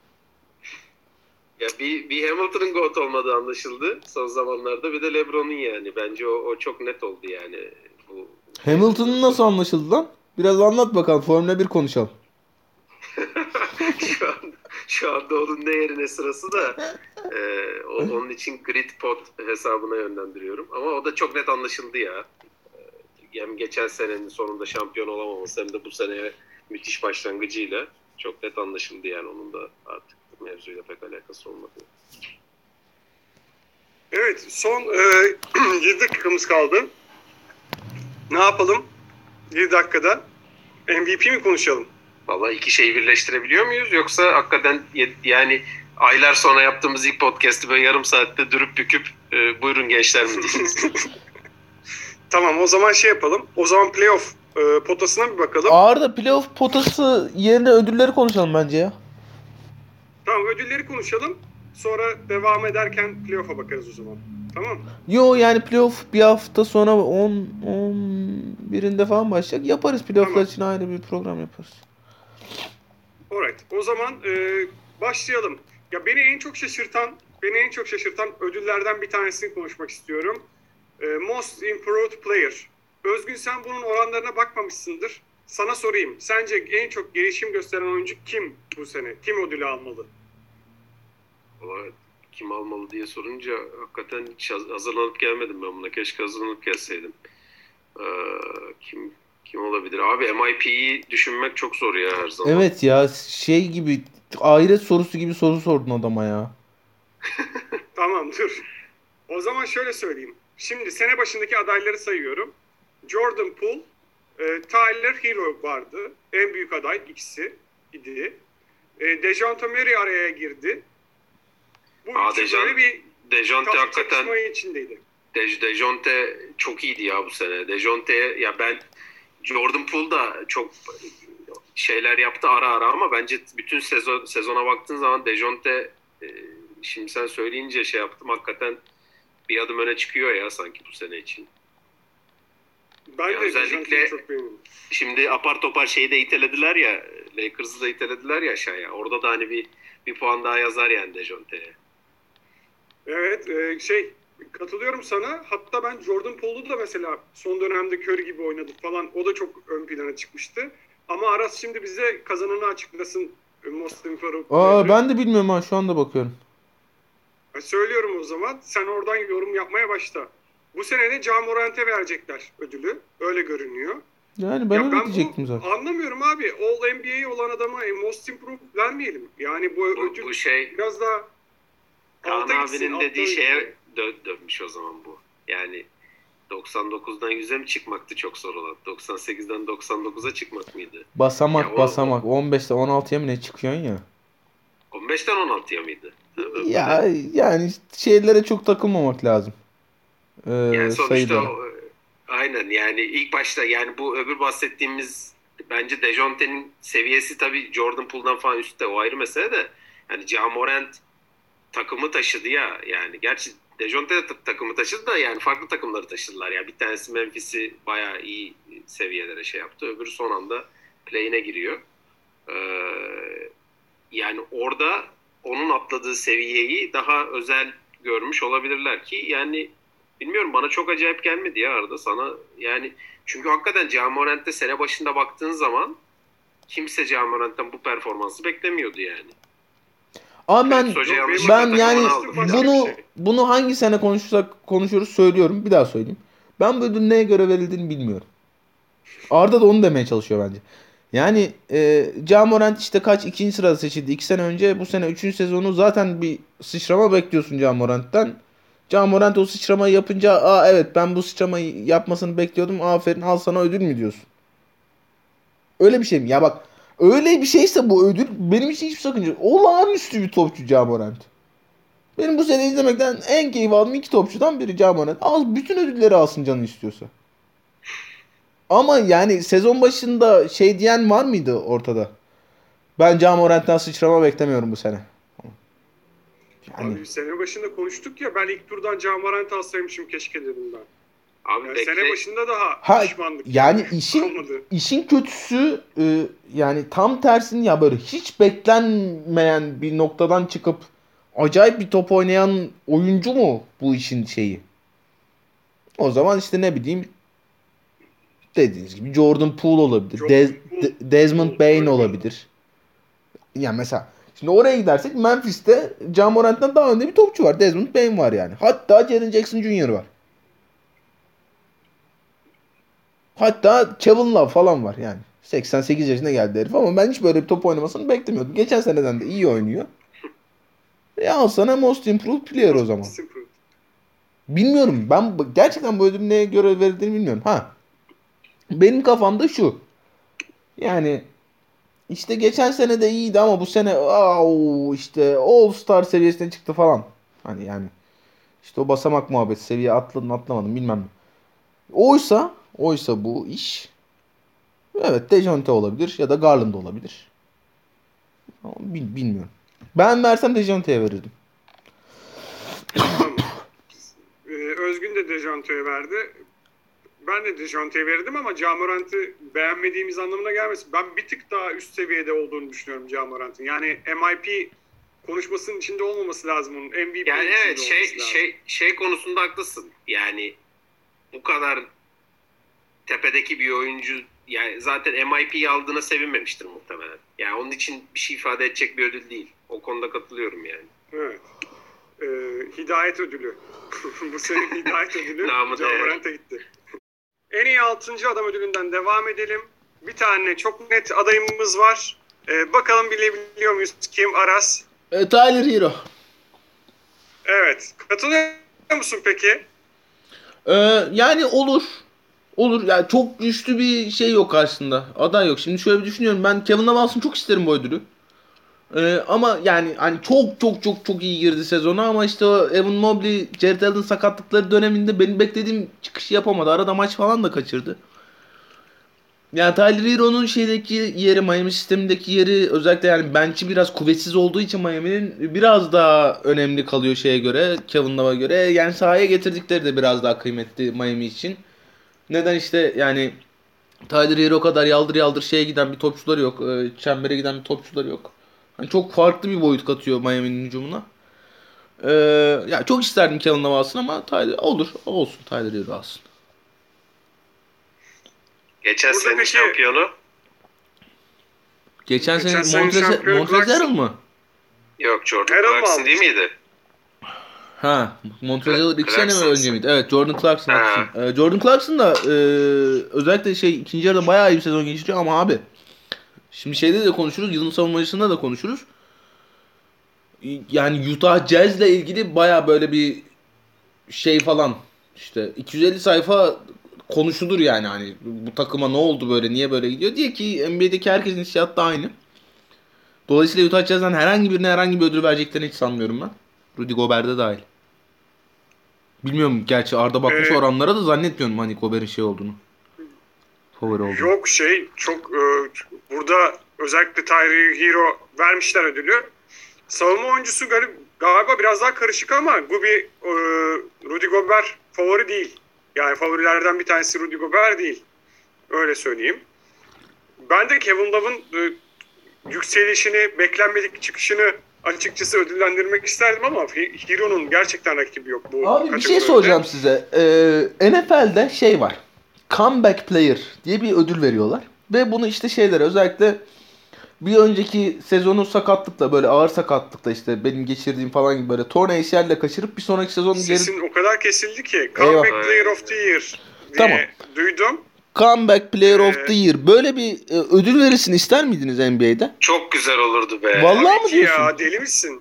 Ya bir Hamilton'ın GOAT olmadığı anlaşıldı son zamanlarda. Bir de LeBron'un yani. Bence o çok net oldu yani. Hamilton'ın nasıl anlaşıldı lan? Biraz anlat bakalım. Formula 1 konuşalım. şu anda onun ne yerine sırası da onun için Grid Pod hesabına yönlendiriyorum. Ama o da çok net anlaşıldı ya. Hem geçen senenin sonunda şampiyon olamaması hem de bu seneye müthiş başlangıcıyla çok net anlaşıldı yani onun da artık mevzuyla pek alakası olmadı. Evet, son 7 dakikamız kaldı. Ne yapalım? 7 dakikada MVP mi konuşalım? Vallahi iki şeyi birleştirebiliyor muyuz? Yoksa hakikaten yani aylar sonra yaptığımız ilk podcast'ı böyle yarım saatte dürüp büküp buyurun gençler mi diyeceğiz? Tamam, o zaman şey yapalım. O zaman playoff potasına bir bakalım. Ağırda playoff potası yerine ödülleri konuşalım bence ya. Tamam, ödülleri konuşalım. Sonra devam ederken playoff'a bakarız o zaman. Tamam. Yo yani playoff bir hafta sonra 11'inde falan başlayacak. Yaparız playofflar Tamam. için ayrı bir program yaparız. Alright. O zaman başlayalım. Ya beni en çok şaşırtan ödüllerden bir tanesini konuşmak istiyorum. Most Improved Player. Özgün, sen bunun oranlarına bakmamışsındır. Sana sorayım. Sence en çok gelişim gösteren oyuncu kim bu sene? Kim ödülü almalı? Vallahi kim almalı diye sorunca hakikaten hiç hazırlanıp gelmedim ben buna. Keşke hazırlanıp gelseydim. Kim olabilir? Abi MIP'yi düşünmek çok zor ya her zaman. Evet ya şey gibi ahiret sorusu gibi soru sordun adama ya. Tamam, dur. O zaman şöyle söyleyeyim. Şimdi sene başındaki adayları sayıyorum. Jordan Poole, Tyler Hero vardı. En büyük aday ikisi idi. Dejounte Murray araya girdi. Bu üçü böyle bir Dejounte hakikaten çatışma içindeydi. Dejounte çok iyiydi ya bu sene. Dejounte'ye ya ben Jordan Poole da çok şeyler yaptı ara ara ama bence bütün sezona baktığın zaman Dejounte şimdi sen söyleyince şey yaptım hakikaten bir adım öne çıkıyor ya sanki bu sene için. Ben ya de özellikle çok beğendim. Şimdi apar topar şeyi de itelediler ya, Lakers'ı da itelediler ya aşağıya. Orada da hani bir puan daha yazar yani Dejounte'ye. Evet, katılıyorum sana. Hatta ben Jordan Poole'u da mesela son dönemde Curry gibi oynadı falan. O da çok ön plana çıkmıştı. Ama Aras şimdi bize kazananı açıklasın. Most Improved. Ben de bilmiyorum ha şu anda bakıyorum. Söylüyorum o zaman. Sen oradan yorum yapmaya başla. Bu sene de Ja Morant'e verecekler ödülü. Öyle görünüyor. Yani ben öyle diyecektim zaten. Anlamıyorum abi. All NBA olan adama Most Improved vermeyelim. Yani bu ödül bu şey biraz daha Kaan abinin dediği şeye dönmüş o zaman bu. Yani 99'dan 100'e mi çıkmaktı çok zor olan? 98'den 99'a çıkmak mıydı? Basamak. 15'te 16'ya mı ne çıkıyorsun ya? 15'ten 16'ya mıydı? Ya yani şeylere çok takılmamak lazım. Yani sonuçta sayılara. Aynen yani ilk başta yani bu öbür bahsettiğimiz bence Dejounte'nin seviyesi tabii Jordan Poole'dan falan üstte, o ayrı mesele de yani Ja Morant takımı taşıdı ya yani gerçi Dejounte de takımı taşıdı da yani farklı takımları taşıdılar ya, bir tanesi Memphis'i bayağı iyi seviyelere şey yaptı, öbürü son anda play'ine giriyor. Yani orada onun atladığı seviyeyi daha özel görmüş olabilirler ki yani bilmiyorum, bana çok acayip gelmedi ya Arda sana yani, çünkü hakikaten Ja Morant'te sene başında baktığın zaman kimse Ja Morant'ten bu performansı beklemiyordu yani. Ama Fred ben Hoca Yok, benim yanlışlıkla ben yani takımını aldı başka falan. bir bunu şey. bunu hangi sene konuşuruz söylüyorum. Bir daha söyleyeyim. Ben bu ödülün neye göre verildiğini bilmiyorum. Arda da onu demeye çalışıyor bence. Yani Ja Morant işte kaç ikinci sırada seçildi 2 sene önce. Bu sene 3. sezonu zaten bir sıçrama bekliyorsun Ja Morant'tan. Ja Morant o sıçramayı yapınca aa evet ben bu sıçramayı yapmasını bekliyordum. Aferin al sana ödül mü diyorsun? Öyle bir şey mi? Ya bak öyle bir şeyse bu ödül benim için hiçbir sakınca yok. Olağanüstü bir topçu Ja Morant. Benim bu sene izlemekten en keyif aldığım 2 topçudan biri Ja Morant. Al bütün ödülleri alsın canı istiyorsa. Ama yani sezon başında şey diyen var mıydı ortada? Ben Ja Morant'tan sıçrama beklemiyorum bu sene. Yani Abi sene başında konuştuk ya, ben ilk turdan Ja Morant alsaymışım keşke dedim ben. Abi Yani bekle. sene başında daha ha pişmanlık yani olmadı. işin kötüsü yani tam tersini ya böyle hiç beklenmeyen bir noktadan çıkıp acayip bir top oynayan oyuncu mu bu işin şeyi? O zaman işte ne bileyim dediğiniz gibi Jordan Poole olabilir. Jordan Poole, Desmond Bain öyle bir adam. olabilir. Yani mesela şimdi oraya gidersek Memphis'te Ja Morant'tan daha önde bir topçu var. Desmond Bain var yani. Hatta Jaren Jackson Jr. var. Hatta Kevin Love falan var yani. 88 yaşına geldi herif ama ben hiç böyle bir top oynamasını beklemiyordum. Geçen seneden de iyi oynuyor. Al sana Most Improved Player o zaman. Simple. Bilmiyorum. Ben gerçekten bu ödülün neye göre verildiğini bilmiyorum. Benim kafamda şu. Yani işte geçen sene de iyiydi ama bu sene işte All Star seviyesine çıktı falan. Hani yani işte o basamak muhabbeti seviye atladın atlamadım bilmem ne. Oysa bu iş evet Dejounte olabilir ya da Garland olabilir. Ama bilmiyorum. Ben versem Dejounte'ye verirdim. Tamam. Özgün de Dejounte'ye verdi. Ben de Dejounte'ye verirdim ama Ja Morant'ı beğenmediğimiz anlamına gelmesin. Ben bir tık daha üst seviyede olduğunu düşünüyorum Ja Morant'ın. Yani MIP konuşmasının içinde olmaması lazım onun. MVP Yani içinde evet olması lazım. şey konusunda haklısın. Yani bu kadar tepedeki bir oyuncu yani zaten MIP'yi aldığına sevinmemiştir muhtemelen. Yani onun için bir şey ifade edecek bir ödül değil. O konuda katılıyorum yani. Evet. Hidayet ödülü. Bu senin hidayet ödülü Namı Ja değer. Morant'a gitti. En iyi 6. adam ödülünden devam edelim. Bir tane çok net adayımız var. Bakalım bilebiliyor muyuz kim? Aras. Tyler Hero. Evet. Katılıyor musun peki? Yani olur. Olur. Yani çok güçlü bir şey yok aslında. Aday yok. Şimdi şöyle bir düşünüyorum. Ben Kevin Love alsın çok isterim bu ödülü. Ama yani hani çok çok çok çok iyi girdi sezona ama işte o Evan Mobley, Jared Allen sakatlıkları döneminde benim beklediğim çıkışı yapamadı. Arada maç falan da kaçırdı. Yani Tyler Hero'nun şeydeki yeri, Miami sistemindeki yeri özellikle yani bench'i biraz kuvvetsiz olduğu için Miami'nin biraz daha önemli kalıyor şeye göre, Kevin Love'a göre. Yani sahaya getirdikleri de biraz daha kıymetli Miami için. Neden işte yani Tyler Hero kadar yaldır yaldır şeye giden bir topçuları yok. Çembere giden bir topçuları yok. Hani çok farklı bir boyut katıyor Miami'nin hücumuna. Ee, Ya çok isterdim Kevin Love alsın ama Tyler olur. Olsun Tyler Hero alsın. Geçen Burada senenin peki şampiyonu Geçen geçen sene senenin şampiyonu Montrezl Harrell Clarkson. mı? yok, Jordan Harrell mı Clarkson değil almıştı? miydi? Montrezl Harrell 2 sene mi önce Clarkson'sı. miydi? Evet, Jordan Clarkson haklısın. Ha. Jordan Clarkson da özellikle ikinci yarıda bayağı iyi bir sezon geçiriyor ama abi şimdi şeyde de konuşuruz. Yılın savunmacısında da konuşuruz. Yani Utah Jazz'le ilgili bayağı böyle bir şey falan işte 250 sayfa konuşulur yani hani bu takıma ne oldu böyle niye böyle gidiyor diye ki NBA'deki herkesin hissiyatı da aynı. Dolayısıyla Utah Jazz'den herhangi birine herhangi bir ödül vereceklerini hiç sanmıyorum ben. Rudy Gobert'de dahil. Bilmiyorum gerçi Arda bakmış Ee, oranlara da zannetmiyorum hani Gobert'in şey olduğunu. Favori olduğunu. Yok çok burada özellikle Tyler Hero vermişler ödülü. Savunma oyuncusu galiba biraz daha karışık ama Rudy Gobert favori değil. Yani favorilerden bir tanesi Rudy Gobert değil. Öyle söyleyeyim. Ben de Kevin Love'ın yükselişini, beklenmedik çıkışını açıkçası ödüllendirmek isterdim ama Hero'nun gerçekten rakibi yok bu Abi bir şey kategoride. soracağım size. NFL'de şey var. Comeback Player diye bir ödül veriyorlar. Ve bunu işte şeyler özellikle bir önceki sezonu sakatlıkla böyle ağır sakatlıkla işte benim geçirdiğim falan gibi böyle torn ACL'le kaçırıp bir sonraki sezon geri... Sesin o kadar kesildi ki Eyvah. Comeback Player of the Year diye Tamam. duydum. Comeback Player of the Year. Böyle bir ödül verisini ister miydiniz NBA'de? Çok güzel olurdu be. Vallahi Tabii mı ki diyorsun? ya, deli misin?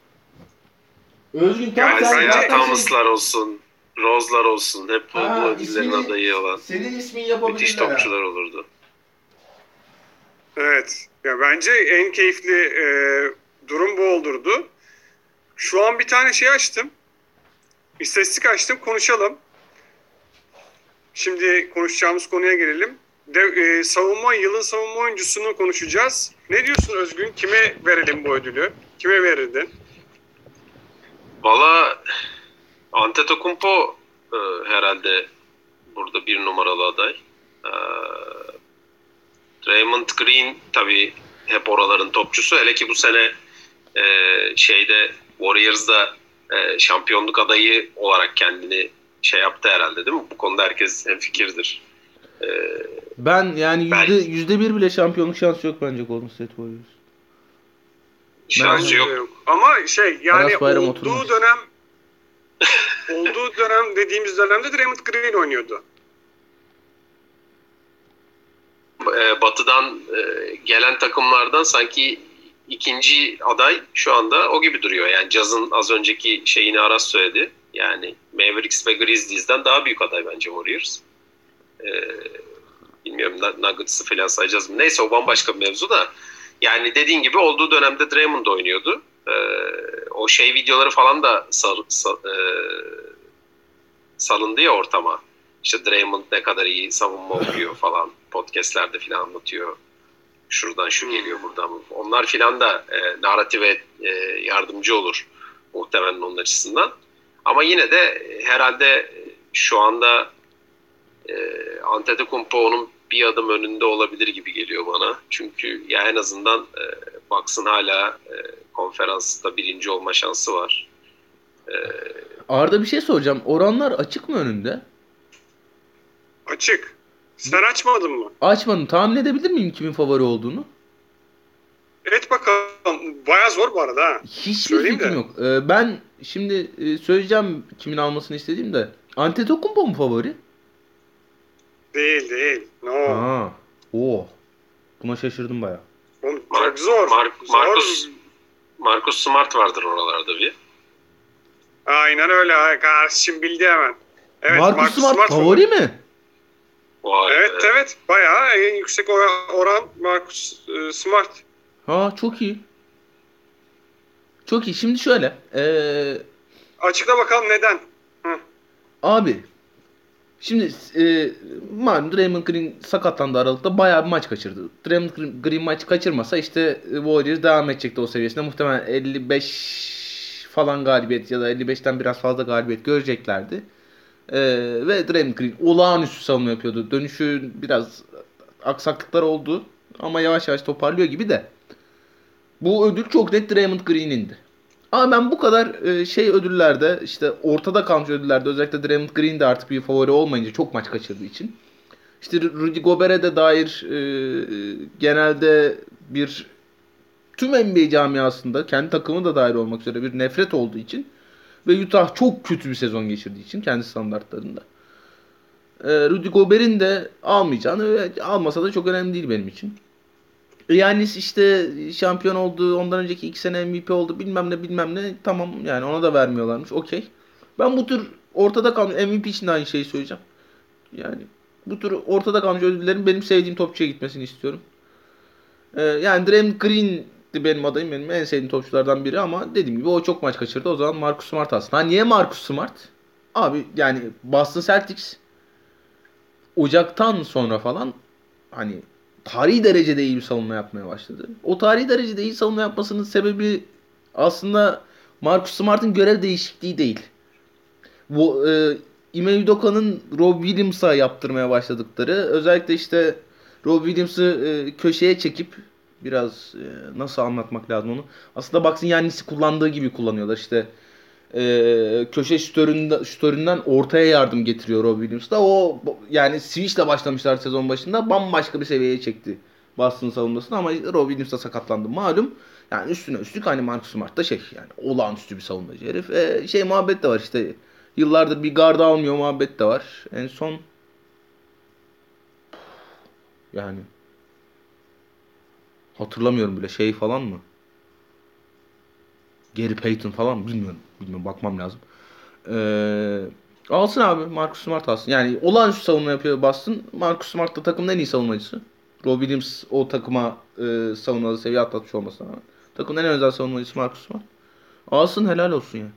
Özgün Yani sen bence Isaiah zaten Thomas'lar olsun, Rose'lar olsun. Hep bu ödüllerin adayı olan senin ismin müthiş yapabilirler ha. topçular olurdu. Evet. Ya bence en keyifli durum bu olurdu. Şu an bir tane şey açtım. İstatistik açtım. Konuşalım. Şimdi konuşacağımız konuya gelelim. Yılın savunma oyuncusunu konuşacağız. Ne diyorsun Özgün? Kime verelim bu ödülü? Kime verirdin? Valla Antetokounmpo herhalde burada bir numaralı aday. Draymond Green tabii hep oraların topçusu. Hele ki bu sene şeyde Warriors'da şampiyonluk adayı olarak kendini şey yaptı herhalde, değil mi? Bu konuda herkes hemfikirdir. Ben yani Belki. %1 bile şampiyonluk şansı yok bence Golden State Warriors. Şansı Bence de yok. Ama yani Aras Bayram olduğu oturmaz. dönem dediğimiz dönemde Draymond Green oynuyordu. Batı'dan gelen takımlardan sanki ikinci aday şu anda o gibi duruyor. Yani Jazz'ın az önceki şeyini Aras söyledi. Yani Mavericks ve Grizzlies'den daha büyük aday bence Warriors. Bilmiyorum Nuggets'ı falan sayacağız mı? Neyse o bambaşka bir mevzu da. Yani dediğin gibi olduğu dönemde Draymond oynuyordu. O şey videoları falan da salındı ya ortama. İşte Draymond ne kadar iyi savunma okuyor falan. Podcastlerde falan anlatıyor. Şuradan şu geliyor buradan. Onlar falan da narrative yardımcı olur muhtemelen onun açısından. Ama yine de herhalde şu anda Antetokounmpo onun bir adım önünde olabilir gibi geliyor bana. Çünkü ya en azından Bucks'ın hala konferansta birinci olma şansı var. Arda bir şey soracağım. Oranlar açık mı önünde? Açık. Sen açmadın mı? Açmadım. Tahmin edebilir miyim kimin favori olduğunu? Et bakalım. Baya zor bu arada ha. Hiçbir Söyleyeyim fikrim de. yok. Ben şimdi söyleyeceğim kimin almasını istediğim de. Antetokounmpo mu favori? Değil. No. Ha. Oo. Buna şaşırdım baya. Oğlum, çok zor. Marcus Smart vardır oralarda bir. Aynen öyle. Kardeşim bildi hemen. Evet, Marcus Smart favori mi? Vay Evet. Bayağı en yüksek oran Marcus Smart. Ha çok iyi. Çok iyi. Şimdi şöyle. Açıkla bakalım neden. Abi. Şimdi malum Draymond Green sakatlandı Aralık'ta. Bayağı bir maç kaçırdı. Draymond Green maç kaçırmasa işte Warriors devam edecekti o seviyesinde. Muhtemelen 55 falan galibiyet ya da 55'ten biraz fazla galibiyet göreceklerdi. Ve Draymond Green olağanüstü savunma yapıyordu. Dönüşü biraz aksaklıklar oldu. Ama yavaş yavaş toparlıyor gibi de. Bu ödül çok net Draymond Green'indi. Ama ben bu kadar ödüllerde işte ortada kalmış ödüllerde özellikle Draymond Green de artık bir favori olmayınca çok maç kaçırdığı için. İşte Rudy Gobert'e de dair genelde bir tüm NBA camiasında kendi takımı da dahil olmak üzere bir nefret olduğu için ve Utah çok kötü bir sezon geçirdiği için kendi standartlarında. Rudy Gobert'in de almayacağını ve almasa da çok önemli değil benim için. Yani işte şampiyon oldu, ondan önceki 2 sene MVP oldu bilmem ne tamam yani ona da vermiyorlarmış okey. Ben bu tür ortada kalmış MVP için de aynı şeyi söyleyeceğim. Yani bu tür ortada kalmış ödüllerin benim sevdiğim topçuya gitmesini istiyorum. Yani Draymond Green'di benim adayım, benim en sevdiğim topçulardan biri ama dediğim gibi o çok maç kaçırdı, o zaman Marcus Smart aslında. Ha niye Marcus Smart? Abi yani Boston Celtics Ocak'tan sonra falan hani tarihi derecede iyi bir savunma yapmaya başladı. O tarihi derecede iyi savunma yapmasının sebebi aslında Marcus Smart'ın görev değişikliği değil. Bu Ime Udoka'nın Rob Williams'a yaptırmaya başladıkları, özellikle işte Rob Williams'ı köşeye çekip Biraz nasıl anlatmak lazım onu? Aslında Bucks'ın Yannis'i kullandığı gibi kullanıyorlar. İşte köşe şutöründen ortaya yardım getiriyor Rob Williams da. Yani switch'le başlamışlar sezon başında. Bambaşka bir seviyeye çekti Boston savunmasını ama Rob Williams da sakatlandı malum. Yani üstüne üstlük hani Marcus Smart da yani olağanüstü bir savunmacı herif. Muhabbet de var işte. Yıllardır bir guard almıyor muhabbet de var. En son yani hatırlamıyorum bile falan mı? Gary Payton falan mı? Bilmiyorum bakmam lazım. Alsın abi Marcus Smart alsın. Yani olağanüstü savunma yapıyor Boston. Marcus Smart da takımın en iyi savunmacısı. Rob Williams o takıma savunmada seviye atlatmış olmasına rağmen. Takımın en özel savunmacısı Marcus Smart. Alsın helal olsun ya.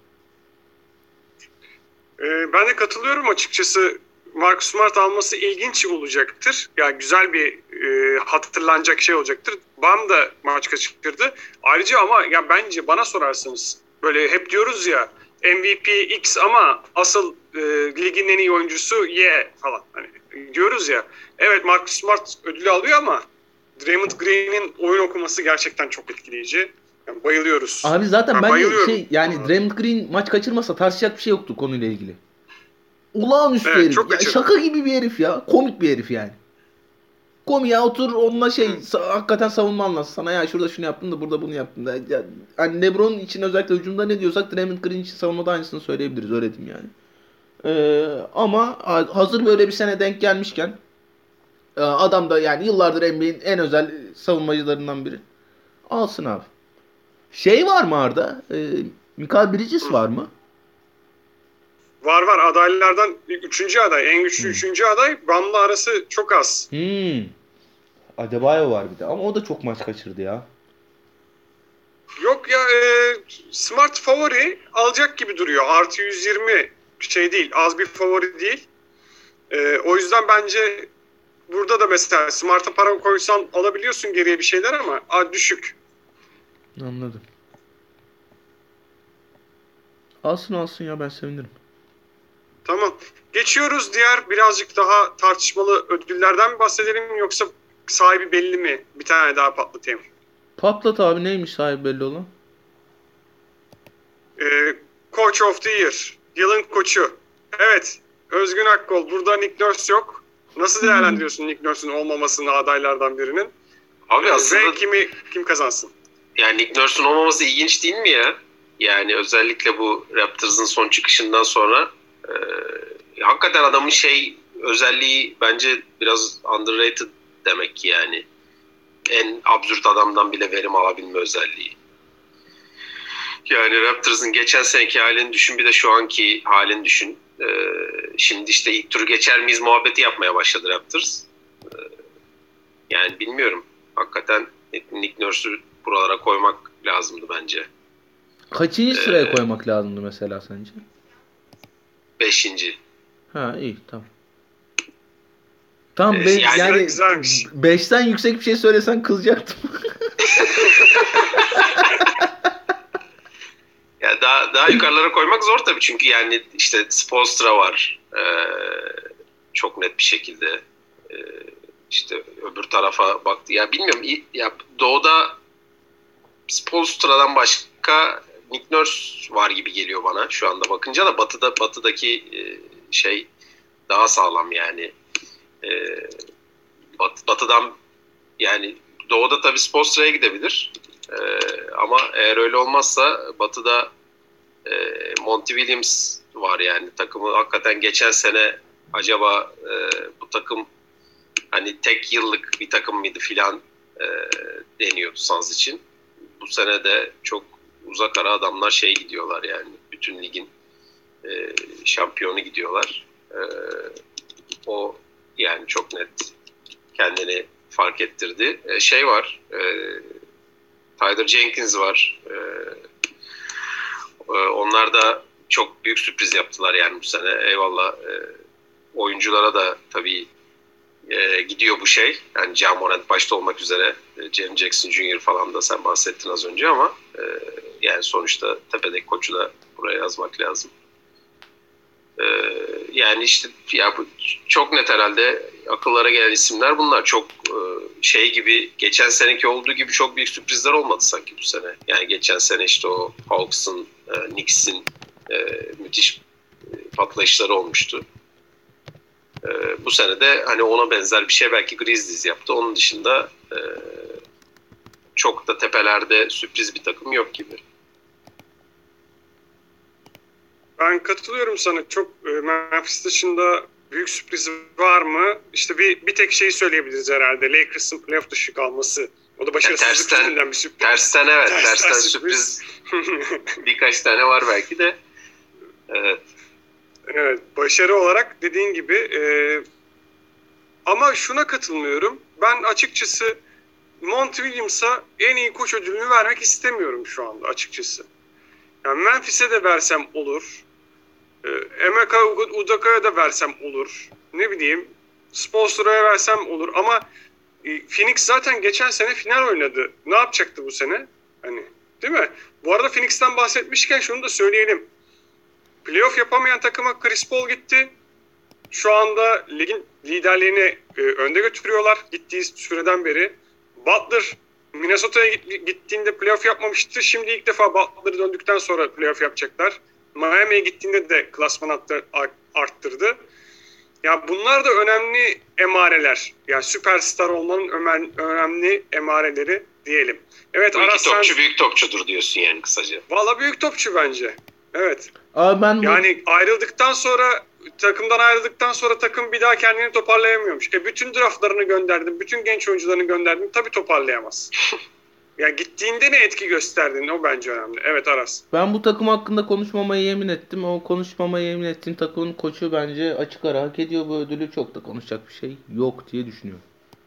Ben de katılıyorum açıkçası. Marcus Smart alması ilginç olacaktır. Yani güzel bir hatırlanacak şey olacaktır. Bam da maç kaçırdı. Ayrıca ama ya bence bana sorarsanız böyle hep diyoruz ya MVP X ama asıl ligin en iyi oyuncusu Y falan. Hani diyoruz ya. Evet Marcus Smart ödülü alıyor ama Draymond Green'in oyun okuması gerçekten çok etkileyici. Yani bayılıyoruz. Abi zaten ben bayılıyorum. Draymond Green maç kaçırmasa tartışacak bir şey yoktu konuyla ilgili. Olağanüstü herif. Çok Ya şaka gibi bir herif ya. Komik bir herif yani. Komik ya otur onunla hakikaten savunma anlatsın sana ya şurada şunu yaptım da burada bunu yaptım da. Hani LeBron için özellikle hücumda ne diyorsak Draymond Green için savunmada aynısını söyleyebiliriz öyle diyeyim yani. Ama hazır böyle bir sene denk gelmişken adam da yani yıllardır NBA'in en özel savunmacılarından biri. Alsın abi. Var mı Arda? Michael Bridges var mı? Var adaylardan 3. aday. En güçlü 3. aday. Bam'la arası çok az. Adebayo var bir de ama o da çok maç kaçırdı ya. Yok ya Smart favori alacak gibi duruyor. Artı 120 değil. Az bir favori değil. O yüzden bence burada da mesela Smart'a para koysan alabiliyorsun geriye bir şeyler ama düşük. Anladım. Alsın ya ben sevinirim. Tamam. Geçiyoruz diğer birazcık daha tartışmalı ödüllerden mi bahsedelim yoksa sahibi belli mi? Bir tane daha patlatayım. Patlat abi neymiş sahibi belli olan? Coach of the Year. Yılın koçu. Evet. Özgün Akkol. Burada Nick Nurse yok. Nasıl değerlendiriyorsun Nick Nurse'un olmamasını adaylardan birinin? Abi aslında kim kazansın? Yani Nick Nurse'un olmaması ilginç değil mi ya? Yani özellikle bu Raptors'ın son çıkışından sonra hakikaten adamın özelliği bence biraz underrated demek ki yani. En absürt adamdan bile verim alabilme özelliği. Yani Raptors'ın geçen seneki halini düşün bir de şu anki halini düşün. Şimdi işte ilk turu geçer miyiz muhabbeti yapmaya başladı Raptors. Yani bilmiyorum. Hakikaten Nick Nurse'ü buralara koymak lazımdı bence. Kaçıncı sıraya koymak lazımdı mesela sence? 5. Ha iyi tamam. Tamam yani 5'ten yüksek bir şey söylesen kızacaktım. Ya daha yukarılara koymak zor tabii çünkü yani işte Spoelstra var çok net bir şekilde işte öbür tarafa baktı ya bilmiyorum ya Doğu'da Spoelstra'dan başka Nick Nurse var gibi geliyor bana şu anda bakınca da batıdaki daha sağlam yani batıdan yani Doğu'da tabii Spoelstra'ya gidebilir ama eğer öyle olmazsa batıda Monty Williams var yani takımı hakikaten geçen sene acaba bu takım hani tek yıllık bir takım mıydı filan deniyordu Suns için. Bu sene de çok uzak ara adamlar gidiyorlar yani bütün ligin şampiyonu gidiyorlar. O yani çok net kendini fark ettirdi. Var Tyler Jenkins var. Onlar da çok büyük sürpriz yaptılar yani bu sene. Eyvallah. Oyunculara da tabii gidiyor bu Yani Ja Morant başta olmak üzere Jaren Jackson Jr. falan da sen bahsettin az önce ama yani sonuçta tepedeki koçu da buraya yazmak lazım. Yani işte ya bu çok net herhalde akıllara gelen isimler bunlar. Çok şey gibi geçen seneki olduğu gibi çok büyük sürprizler olmadı sanki bu sene. Yani geçen sene işte o Hawks'ın, Knicks'in müthiş patlayışları olmuştu. Bu sene de hani ona benzer bir şey belki Grizzlies yaptı. Onun dışında çok da tepelerde sürpriz bir takım yok gibi. Ben katılıyorum sana. Çok Memphis dışında büyük sürpriz var mı? İşte bir tek şeyi söyleyebiliriz herhalde. Lakers'ın playoff dışı kalması. O da başarısızlık yüzünden bir sürpriz. Tersten evet. Tersten sürpriz. Birkaç tane var belki de. Evet. Evet. Başarı olarak dediğin gibi. Ama şuna katılmıyorum. Ben açıkçası Monty Williams'a en iyi koç ödülünü vermek istemiyorum şu anda açıkçası. Yani Memphis'e de versem olur. Emeka Udoka'ya da versem olur. Ne bileyim. Spoelstra'ya versem olur. Ama Phoenix zaten geçen sene final oynadı. Ne yapacaktı bu sene? Hani, değil mi? Bu arada Phoenix'ten bahsetmişken şunu da söyleyelim. Playoff yapamayan takıma Chris Paul gitti. Şu anda ligin liderliğini önde götürüyorlar gittiği süreden beri. Butler Minnesota'ya gittiğinde playoff yapmamıştı. Şimdi ilk defa Butler döndükten sonra playoff yapacaklar. Miami'ye gittiğinde de klasman arttırdı. Ya bunlar da önemli emareler. Yani süperstar olmanın önemli emareleri diyelim. Evet, bu iki topçu büyük topçudur diyorsun yani kısaca. Valla büyük topçu bence. Evet. Abi ben yani takımdan ayrıldıktan sonra takım bir daha kendini toparlayamıyormuş. Bütün draftlarını gönderdim, bütün genç oyuncularını gönderdim. Tabii toparlayamaz. Ya gittiğinde ne etki gösterdin, o bence önemli. Evet Aras. Ben bu takım hakkında konuşmamaya yemin ettim. O konuşmamaya yemin ettiğim takımın koçu bence açık ara hak ediyor bu ödülü. Çok da konuşacak bir şey yok diye düşünüyorum.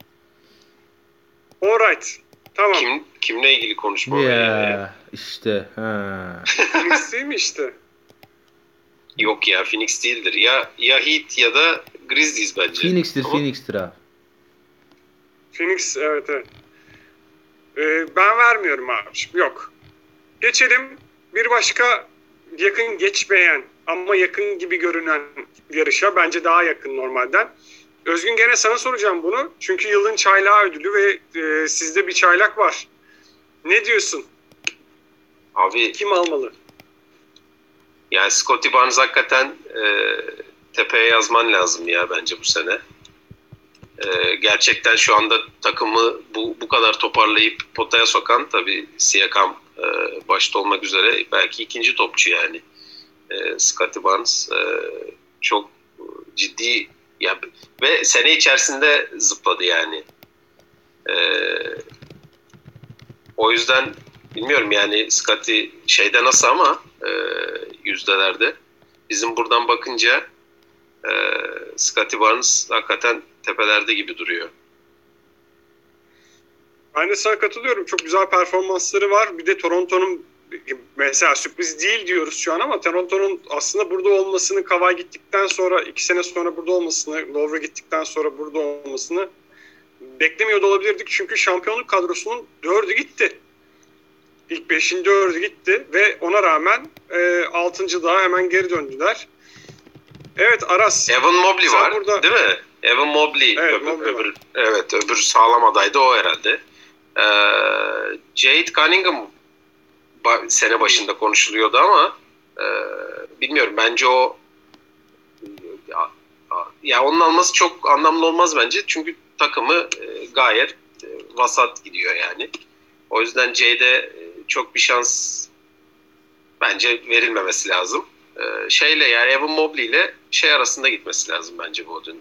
Alright. Tamam. Kimle ilgili konuşmamaya ya işte. Phoenix değil mi işte? Yok ya, Phoenix değildir. Ya Heat ya da Grizzlies bence. Phoenix'tir abi. Phoenix, evet. Ben vermiyorum abi. Yok. Geçelim bir başka yakın geçmeyen ama yakın gibi görünen yarışa. Bence daha yakın normalden. Özgün, gene sana soracağım bunu. Çünkü yılın çaylağı ödülü ve sizde bir çaylak var. Ne diyorsun? Abi kim almalı? Yani Scottie Barnes hakikaten tepeye yazman lazım ya bence bu sene. Gerçekten şu anda takımı bu kadar toparlayıp potaya sokan, tabii Siakam başta olmak üzere belki ikinci topçu yani. Scottie Barnes çok ciddi ya, ve sene içerisinde zıpladı yani. O yüzden bilmiyorum yani Scottie şeyde nasıl ama yüzdelerde. Bizim buradan bakınca Scottie Barnes hakikaten tepelerde gibi duruyor. Ben de sana katılıyorum. Çok güzel performansları var. Bir de Toronto'nun mesela sürpriz değil diyoruz şu an ama Toronto'nun aslında burada olmasını, Kawhi gittikten sonra 2 sene sonra burada olmasını, Lowry gittikten sonra burada olmasını beklemiyor da olabilirdik. Çünkü şampiyonluk kadrosunun 4'ü gitti. İlk 5'in 4'ü gitti ve ona rağmen 6. daha hemen geri döndüler. Evet Aras. Evan Mobley var burada, değil mi? Evan Mobley. Evet, öbür sağlam aday da o herhalde. Jade Cunningham sene başında konuşuluyordu ama bilmiyorum, bence o ya onun alması çok anlamlı olmaz bence. Çünkü takımı gayet vasat gidiyor yani. O yüzden Jade'e çok bir şans bence verilmemesi lazım. Yani Evan Mobley ile arasında gitmesi lazım bence bu ödülün.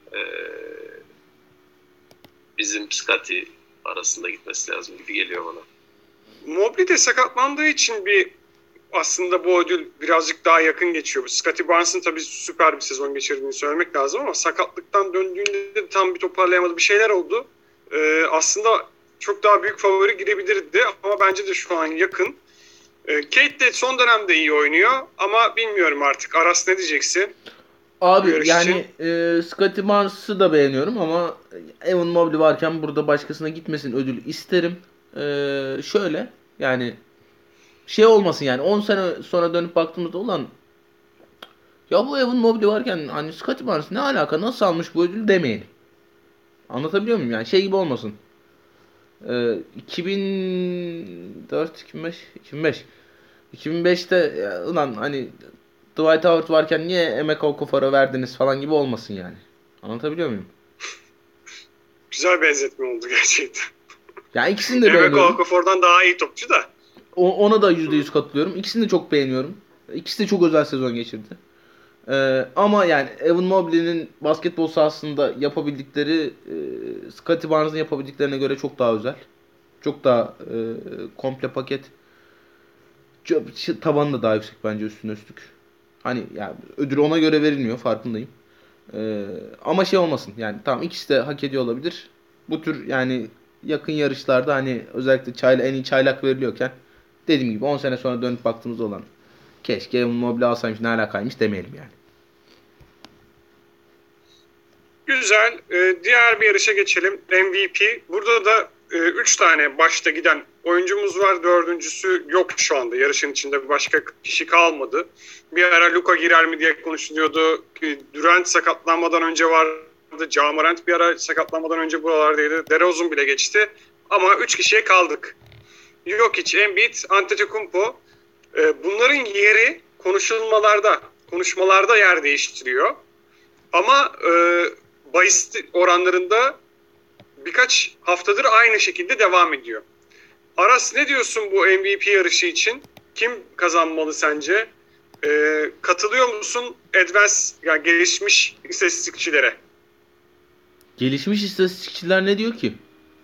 Bizim Scottie arasında gitmesi lazım gibi geliyor bana. Mobley de sakatlandığı için aslında bu ödül birazcık daha yakın geçiyor. Scottie Barnes'ın tabii süper bir sezon geçirdiğini söylemek lazım ama sakatlıktan döndüğünde de tam bir toparlayamadı. Bir şeyler oldu. Aslında çok daha büyük favori girebilirdi ama bence de şu an yakın. Kate de son dönemde iyi oynuyor ama bilmiyorum artık. Aras, ne diyeceksin? Abi yani Scottie Barnes'ı da beğeniyorum ama Evan Mobley varken burada başkasına gitmesin ödül isterim. Şöyle yani olmasın yani 10 sene sonra dönüp baktığımızda olan ya bu Evan Mobley varken hani Scottie Barnes ne alaka, nasıl almış bu ödülü demeyelim. Anlatabiliyor muyum? Yani şey gibi olmasın. 2004, 2005, 2005. 2005'te ya, ulan hani Dwight Howard varken niye Emeka Okafor'a verdiniz falan gibi olmasın yani. Anlatabiliyor muyum? Güzel benzetme oldu gerçekten. Ya ikisini de Emeka beğeniyorum. Okafor'dan daha iyi topçu da. Ona da %100 katılıyorum. İkisini de çok beğeniyorum. İkisi de çok özel sezon geçirdi. Ama yani Evan Mobley'nin basketbol sahasında yapabildikleri Scottie Barnes'ın yapabildiklerine göre çok daha özel. Çok daha komple paket. Tabanı da daha yüksek bence üstüne üstlük. Hani yani ödül ona göre verilmiyor, farkındayım. Ama şey olmasın yani tamam, ikisi de hak ediyor olabilir. Bu tür yani yakın yarışlarda hani özellikle en iyi çaylak veriliyorken dediğim gibi 10 sene sonra dönüp baktığımızda olan keşke Evan Mobley alsaymış, ne alakaymış demeyelim yani. Güzel. Diğer bir yarışa geçelim. MVP. Burada da 3 tane başta giden oyuncumuz var. Dördüncüsü yok şu anda. Yarışın içinde başka kişi kalmadı. Bir ara Luka girer mi diye konuşuluyordu. Durant sakatlanmadan önce vardı. Ja Morant bir ara sakatlanmadan önce buralardaydı. DeRozan bile geçti. Ama 3 kişiye kaldık. Jokic, Embiid, Antetokounmpo. Bunların yeri konuşmalarda yer değiştiriyor. Ama bahis oranlarında birkaç haftadır aynı şekilde devam ediyor. Aras, ne diyorsun bu MVP yarışı için? Kim kazanmalı sence? Katılıyor musun yani gelişmiş istatistikçilere? Gelişmiş istatistikçiler ne diyor ki?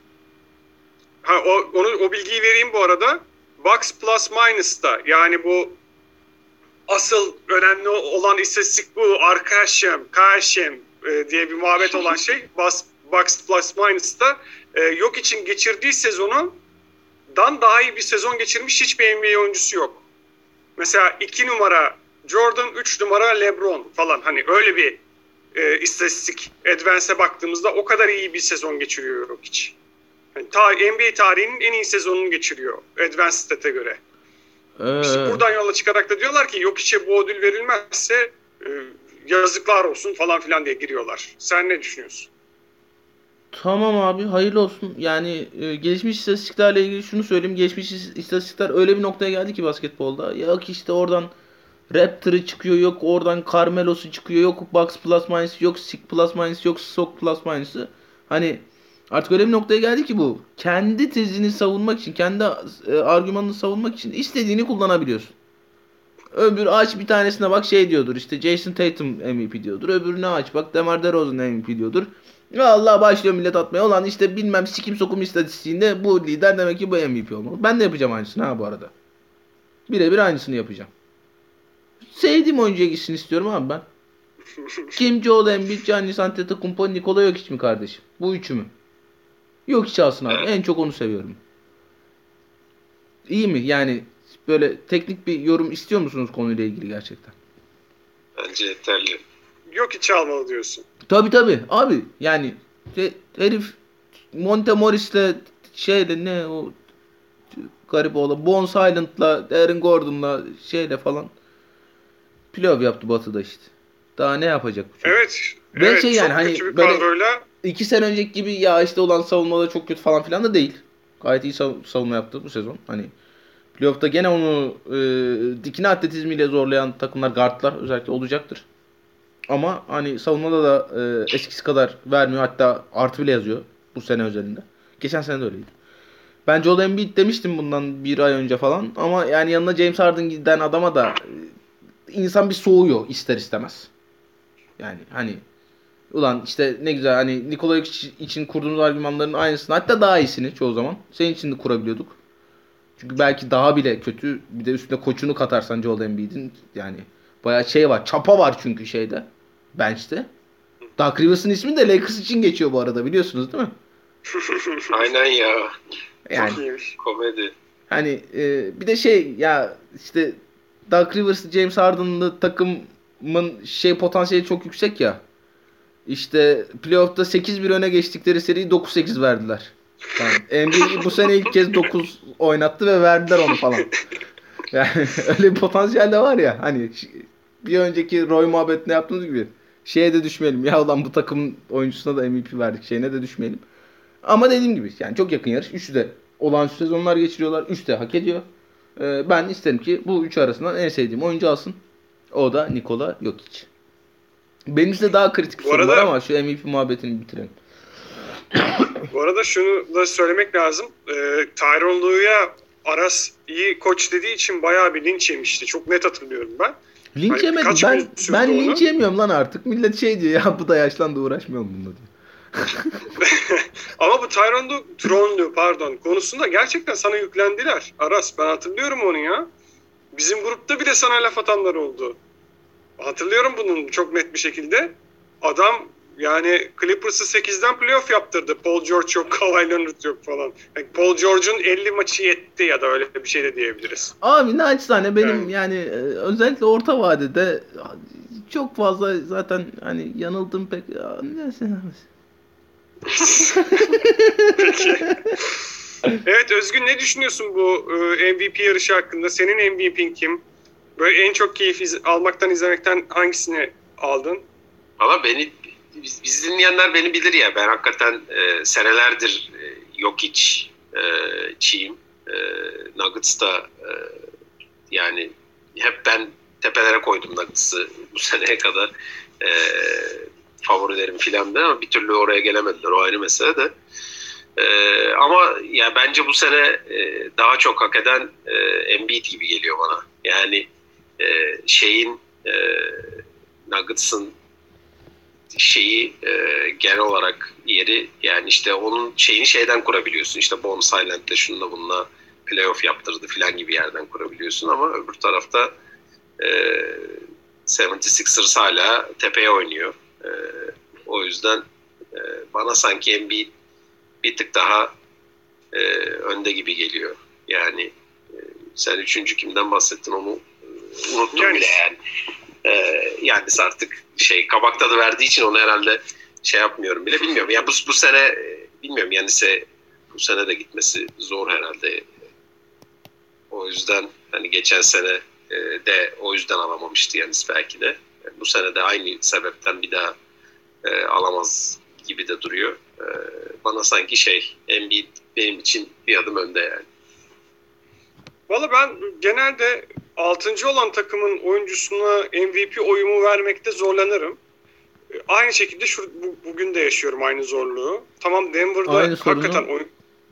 O bilgiyi vereyim bu arada. Box plus minus'ta, yani bu asıl önemli olan istatistik bu arkadaşım, karşım diye bir muhabbet olan şey. Box plus minus'ta yok için geçirdiği sezondan daha iyi bir sezon geçirmiş hiçbir NBA oyuncusu yok. Mesela 2 numara Jordan, 3 numara LeBron falan, hani öyle bir istatistik advance'e baktığımızda o kadar iyi bir sezon geçiriyor yok hiç. Yani NBA tarihinin en iyi sezonunu geçiriyor Advanced Stat'e göre. İşte buradan yola çıkarak da diyorlar ki yok içe bu ödül verilmezse yazıklar olsun falan filan diye giriyorlar. Sen ne düşünüyorsun? Tamam abi, hayırlı olsun. Yani gelişmiş istatistiklerle ilgili şunu söyleyeyim. Gelişmiş istatistikler öyle bir noktaya geldi ki basketbolda. Yok işte oradan Raptor'ı çıkıyor, yok oradan Carmelo'su çıkıyor, yok Box Plus Minus, yok Sig Plus Minus, yok Sok Plus Minus'ı. Hani artık öyle bir noktaya geldi ki bu. Kendi tezini savunmak için, kendi argümanını savunmak için istediğini kullanabiliyorsun. Öbür aç bir tanesine bak şey diyordur, işte Jason Tatum MVP diyordur. Öbürüne aç bak DeMar DeRozan MVP diyordur. Allah başlıyor millet atmaya. Olan işte bilmem sikim sokum istatistiğinde bu lider demek ki bu MVP olmalı. Ben de yapacağım aynısını ha bu arada. Birebir aynısını yapacağım. Sevdiğim oyuncuya gitsin istiyorum abi ben. Kim, Joel Embiid, Giannis Antetokounmpo, Nikola Jokic mi kardeşim? Bu üçü mü? Jokic alsın abi. En çok onu seviyorum. İyi mi? Yani böyle teknik bir yorum istiyor musunuz konuyla ilgili gerçekten? Bence yeterli. Yok hiç almalı diyorsun. Tabii abi, yani herif Monte şeyle ne o garip oğlan Bones Hyland'la Aaron Gordon'la şeyle falan playoff yaptı Batı'da işte. Daha ne yapacak bu çocuk? Evet. Ve evet, şey çok yani hani kötü bir böyle kadroyla 2 sene önceki gibi ya işte olan savunmaları çok kötü falan filan da değil. Gayet iyi savunma yaptı bu sezon. Hani playoff'ta gene onu dikine atletizmiyle zorlayan takımlar, guardlar özellikle olacaktır. Ama hani savunmada da eskisi kadar vermiyor. Hatta artı bile yazıyor bu sene özelinde. Geçen sene de öyleydi. Ben Joel Embiid demiştim bundan bir ay önce falan. Ama yani yanına James Harden giden adama da insan bir soğuyor ister istemez. Yani hani ulan işte ne güzel, hani Nikola Jokic için kurduğumuz argümanların aynısını, hatta daha iyisini çoğu zaman senin için de kurabiliyorduk. Çünkü belki daha bile kötü, bir de üstüne koçunu katarsan Joel Embiid'in yani bayağı şey var, çapa var çünkü şeyde, bench'te. Doug Rivers'ın ismi de Lakers için geçiyor bu arada, biliyorsunuz değil mi? Aynen ya. Yani çok iyiymiş. Komedi. hani bir de şey ya işte Doug Rivers, James Harden'lı takımın şey potansiyeli çok yüksek ya. İşte playoff'ta 8-1 öne geçtikleri seriyi 9-8 verdiler. Yani NBA bu sene ilk kez 9 oynattı ve verdiler onu falan. Yani öyle bir potansiyel de var ya. Hani bir önceki Roy muhabbetinde yaptığımız gibi. Şeye de düşmeyelim. Ya ulan bu takımın oyuncusuna da MVP verdik. Şeyine de düşmeyelim. Ama dediğim gibi yani çok yakın yarış. Üçü de olağanüstü sezonlar geçiriyorlar. Üçü de hak ediyor. Ben isterim ki bu üçü arasından en sevdiğim oyuncu alsın. O da Nikola Jokic. Benim size daha kritik bir Bu sorum var arada- ama şu MVP muhabbetini bitirelim. Bu arada şunu da söylemek lazım. Tyronn Lue'ya Aras iyi koç dediği için bayağı bir linç yemişti. Çok net hatırlıyorum ben. Linç Hani yemedim. birkaç Ben gün sürdü ben onu. linç yemiyorum lan artık. Millet şey diyor ya bu da yaşlandı uğraşmıyorum bununla diyor. Ama bu Tyronn Lue pardon konusunda gerçekten sana yüklendiler. Aras ben hatırlıyorum onu ya. Bizim grupta bile sana laf atanlar oldu. Hatırlıyorum bunun çok net bir şekilde. Adam yani Clippers'ı 8'den playoff yaptırdı. Paul George yok, Kawhi Leonard yok falan. Yani Paul George'un 50 maçı yetti ya da öyle bir şey de diyebiliriz. Abi naçizane benim Evet. yani özellikle orta vadede çok fazla zaten hani yanıldım pek. Neyse. Peki. Evet Özgün ne düşünüyorsun bu MVP yarışı hakkında? Senin MVP'in kim? Böyle en çok keyif almaktan, izlemekten hangisini aldın? Valla biz dinleyenler beni bilir ya. Ben hakikaten senelerdir Jokic'çiyim. Nuggets'ta yani hep ben tepelere koydum Nuggets'ı bu seneye kadar. Favorilerim filan da ama bir türlü oraya gelemediler. O ayrı mesele de. Ama ya bence bu sene daha çok hak eden Embiid gibi geliyor bana. Yani Nuggets'ın genel olarak yeri yani işte onun şeyden kurabiliyorsun. İşte Bones Island'de şununla bununla playoff yaptırdı filan gibi yerden kurabiliyorsun ama öbür tarafta 76ers hala tepeye oynuyor. O yüzden bana sanki Embiid bir tık daha önde gibi geliyor. Yani sen üçüncü kimden bahsettin onu unuttum Yani. bile yani. Yani artık kabak tadı verdiği için onu herhalde yapmıyorum bile bilmiyorum. Ya bu sene bilmiyorum yani bu sene de gitmesi zor herhalde. O yüzden hani geçen sene de o yüzden alamamıştı yani belki de. Bu sene de aynı sebepten bir daha alamaz gibi de duruyor. Bana sanki Embiid benim için bir adım önde yani. Valla ben genelde 6. olan takımın oyuncusuna MVP oyumu vermekte zorlanırım. Aynı şekilde bugün de yaşıyorum aynı zorluğu. Tamam Denver'da Aynı sorunu- hakikaten oyun...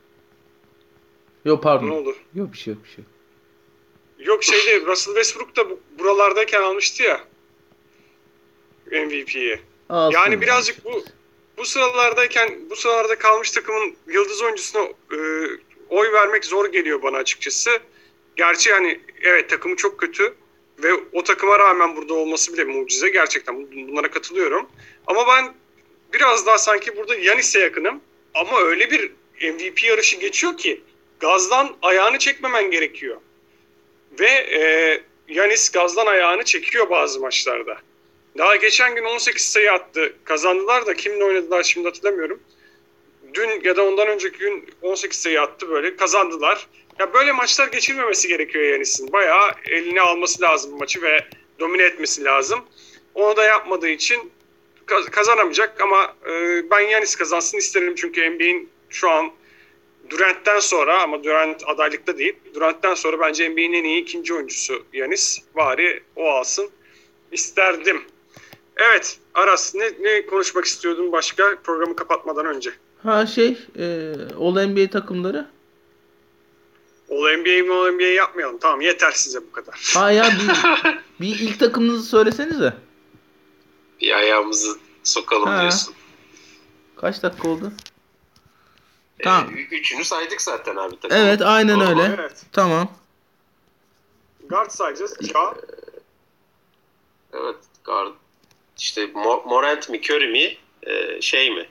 Yok pardon. Ne oldu? Yok bir şey. Yok Russell Westbrook da buralardayken almıştı ya MVP'yi. Alsın Yani ya. birazcık bu sıralarda kalmış takımın yıldız oyuncusuna oy vermek zor geliyor bana açıkçası. Gerçi hani evet takımı çok kötü ve o takıma rağmen burada olması bile bir mucize. Gerçekten bunlara katılıyorum. Ama ben biraz daha sanki burada Giannis'e yakınım. Ama öyle bir MVP yarışı geçiyor ki gazdan ayağını çekmemen gerekiyor. Ve Giannis gazdan ayağını çekiyor bazı maçlarda. Daha geçen gün 18 sayı attı. Kazandılar da kimle oynadılar şimdi hatırlamıyorum. Dün ya da ondan önceki gün 18 sayı attı böyle. Kazandılar. Ya böyle maçlar geçirmemesi gerekiyor Giannis'in. Bayağı eline alması lazım maçı ve domine etmesi lazım. Onu da yapmadığı için kazanamayacak ama ben Giannis kazansın isterim çünkü NBA'in şu an Durant'ten sonra ama Durant adaylıkta değil. Durant'ten sonra bence NBA'in en iyi ikinci oyuncusu Giannis. Bari o alsın isterdim. Evet Aras ne konuşmak istiyordun başka programı kapatmadan önce? All NBA takımları. All NBA yapmayalım. Tamam yeter size bu kadar. Ha ya bir ilk takımınızı söylesenize. Bir ayağımızı sokalım diyorsun. Kaç dakika oldu? Tamam. Üçünü saydık zaten abi. Takım. Evet aynen öyle. Evet. Tamam. Guard sayacağız. Ya. Evet. Guard. İşte Morant mi Curry mi mi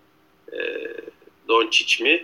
Doncic mi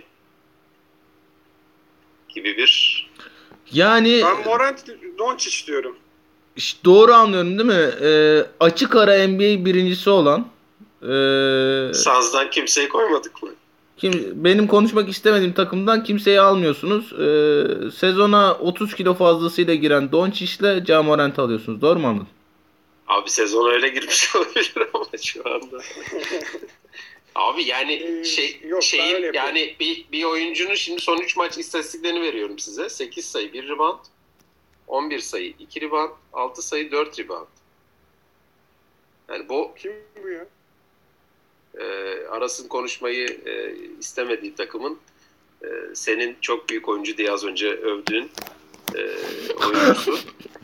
gibi bir Yani Ben Morant Doncic diyorum. doğru anlıyorum değil mi? Açık ara NBA birincisi olan Suns'dan kimseyi koymadık mı? benim konuşmak istemediğim takımdan kimseyi almıyorsunuz. Sezona 30 kilo fazlasıyla giren Doncic'le Ja Morant alıyorsunuz. Doğru mu anladım? Abi sezon öyle girmiş olabilir ama şu anda. Abi yani Yok, ben öyle yani bir oyuncunun şimdi son 3 maç istatistiklerini veriyorum size. 8 sayı 1 rebound, 11 sayı 2 rebound, 6 sayı 4 rebound. Yani bu Kim bu ya? Aras'ın konuşmayı istemediği takımın senin çok büyük oyuncu diye az önce övdüğün oyuncusu.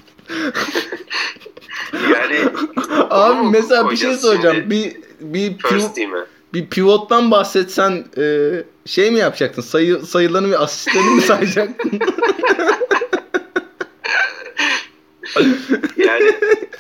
Yani Abi mesela bir şey koyacağız soracağım. şimdi First team'e. Bir pivottan bahsetsen şey mi yapacaktın? Sayılarını ve asistlerini mi sayacaktın? Yani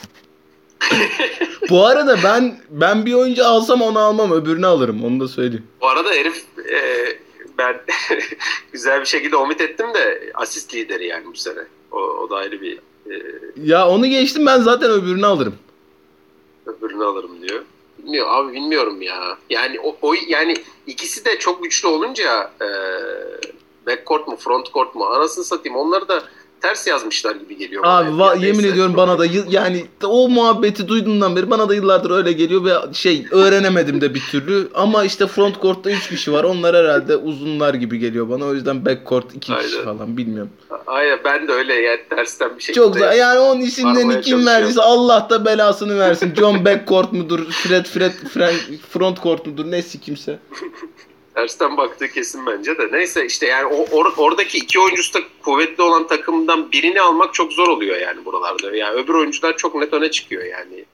Bu arada ben bir oyuncu alsam onu almam, öbürünü alırım. Onu da söyleyeyim. bu arada herif ben güzel bir şekilde omit ettim de asist lideri yani bu sene. O da ayrı bir Ya onu geçtim, ben zaten öbürünü alırım. öbürünü alırım diyor. Bilmiyorum ya. Yani yani ikisi de çok güçlü olunca backcourt mu frontcourt mu anasını satayım, onları da ters yazmışlar gibi geliyor bana. Abi yemin ediyorum bana da yani o muhabbeti duyduğumdan beri bana da yıllardır öyle geliyor ve öğrenemedim de bir türlü. Ama işte frontcourt'ta 3 kişi var. Onlar herhalde uzunlar gibi geliyor bana. O yüzden backcourt 2 kişi falan, bilmiyorum. Aynen, ben de öyle yani tersten bir şekilde. Çok güzel. Yani onun isimlerini kim verdiyse Allah da belasını versin. John backcourt mudur? Fred frontcourt mudur? Nesi kimse. Tersten baktığı kesin bence de. Neyse işte yani oradaki iki oyuncusu da kuvvetli olan takımdan birini almak çok zor oluyor yani buralarda. Yani öbür oyuncular çok net öne çıkıyor yani.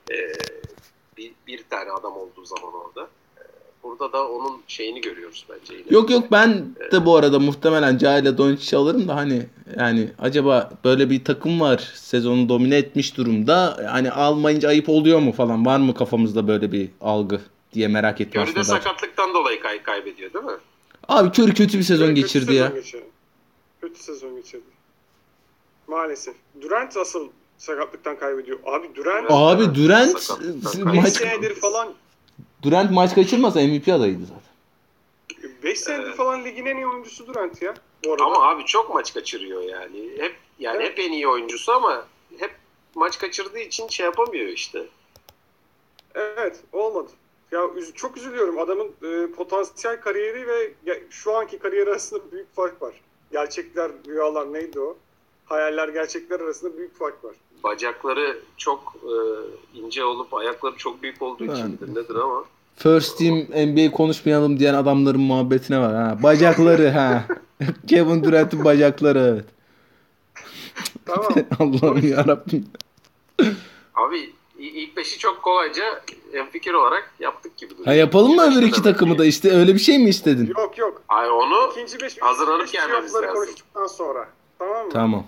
Bir tane adam olduğu zaman orada. Burada da onun şeyini görüyoruz bence yine. Yok ben de bu arada muhtemelen Cahil'e Doncic'i alırım da hani yani acaba böyle bir takım var sezonu domine etmiş durumda, hani almayınca ayıp oluyor mu falan, var mı kafamızda böyle bir algı diye merak ettim aslında. Curry de sakatlıktan dolayı kaybediyor değil mi? Abi Curry kötü bir sezon geçirdi ya. Kötü sezon geçirdi. Maalesef. Durant asıl sakatlıktan kaybediyor. Abi Durant maç senedir falan Durant maç kaçırmasa MVP adayıydı zaten. 5 senedir falan ligin en iyi oyuncusu Durant ya. Bu arada. Ama abi çok maç kaçırıyor yani. Hep en iyi oyuncusu ama hep maç kaçırdığı için şey yapamıyor işte. Evet, olmadı. Ya çok üzülüyorum. Adamın potansiyel kariyeri ve şu anki kariyeri arasında büyük fark var. Gerçekler, rüyalar neydi o? Hayaller, gerçekler arasında büyük fark var. Bacakları çok ince olup ayakları çok büyük olduğu içindir nedir ama. First Team NBA konuşmayalım diyen adamların muhabbetine var ha. Bacakları ha. Kevin Durant'in bacakları, evet. Tamam. Allah'ım yarabbim. Abi ilk beşi çok kolayca fikir olarak yaptık gibi duruyor. Ha, yapalım mı öbür iki takımı da, işte öyle bir şey mi istedin? Yok. Ay onu İkinci beş hazırlanıp gelmemiz lazım. Konuştuktan sonra. Tamam mı? Tamam.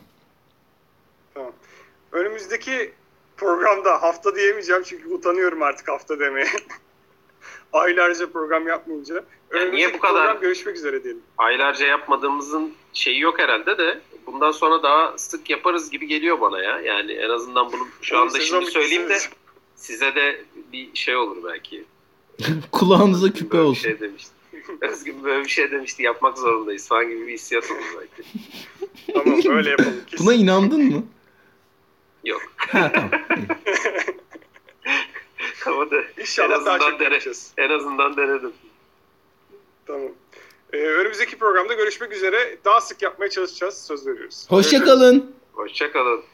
Önümüzdeki programda hafta diyemeyeceğim çünkü utanıyorum artık hafta demeye. Aylarca program yapmayınca. Niye bu kadar görüşmek üzere diyelim. Aylarca yapmadığımızın şeyi yok herhalde de bundan sonra daha sık yaparız gibi geliyor bana ya. Yani en azından bunu şu anda şimdi söyleyeyim de size de bir şey olur belki. Kulağınıza küpe olsun. Şey demişti. Özgün böyle bir şey demişti. Yapmak zorundayız falan gibi bir hissiyat olur belki. Tamam, öyle yapalım. Kesin. Buna inandın mı? Yok. Ha, tamam. Ama da İnşallah en azından denedim. Tamam. Önümüzdeki programda görüşmek üzere. Daha sık yapmaya çalışacağız. Söz veriyoruz. Hoşça kalın. Hoşça kalın.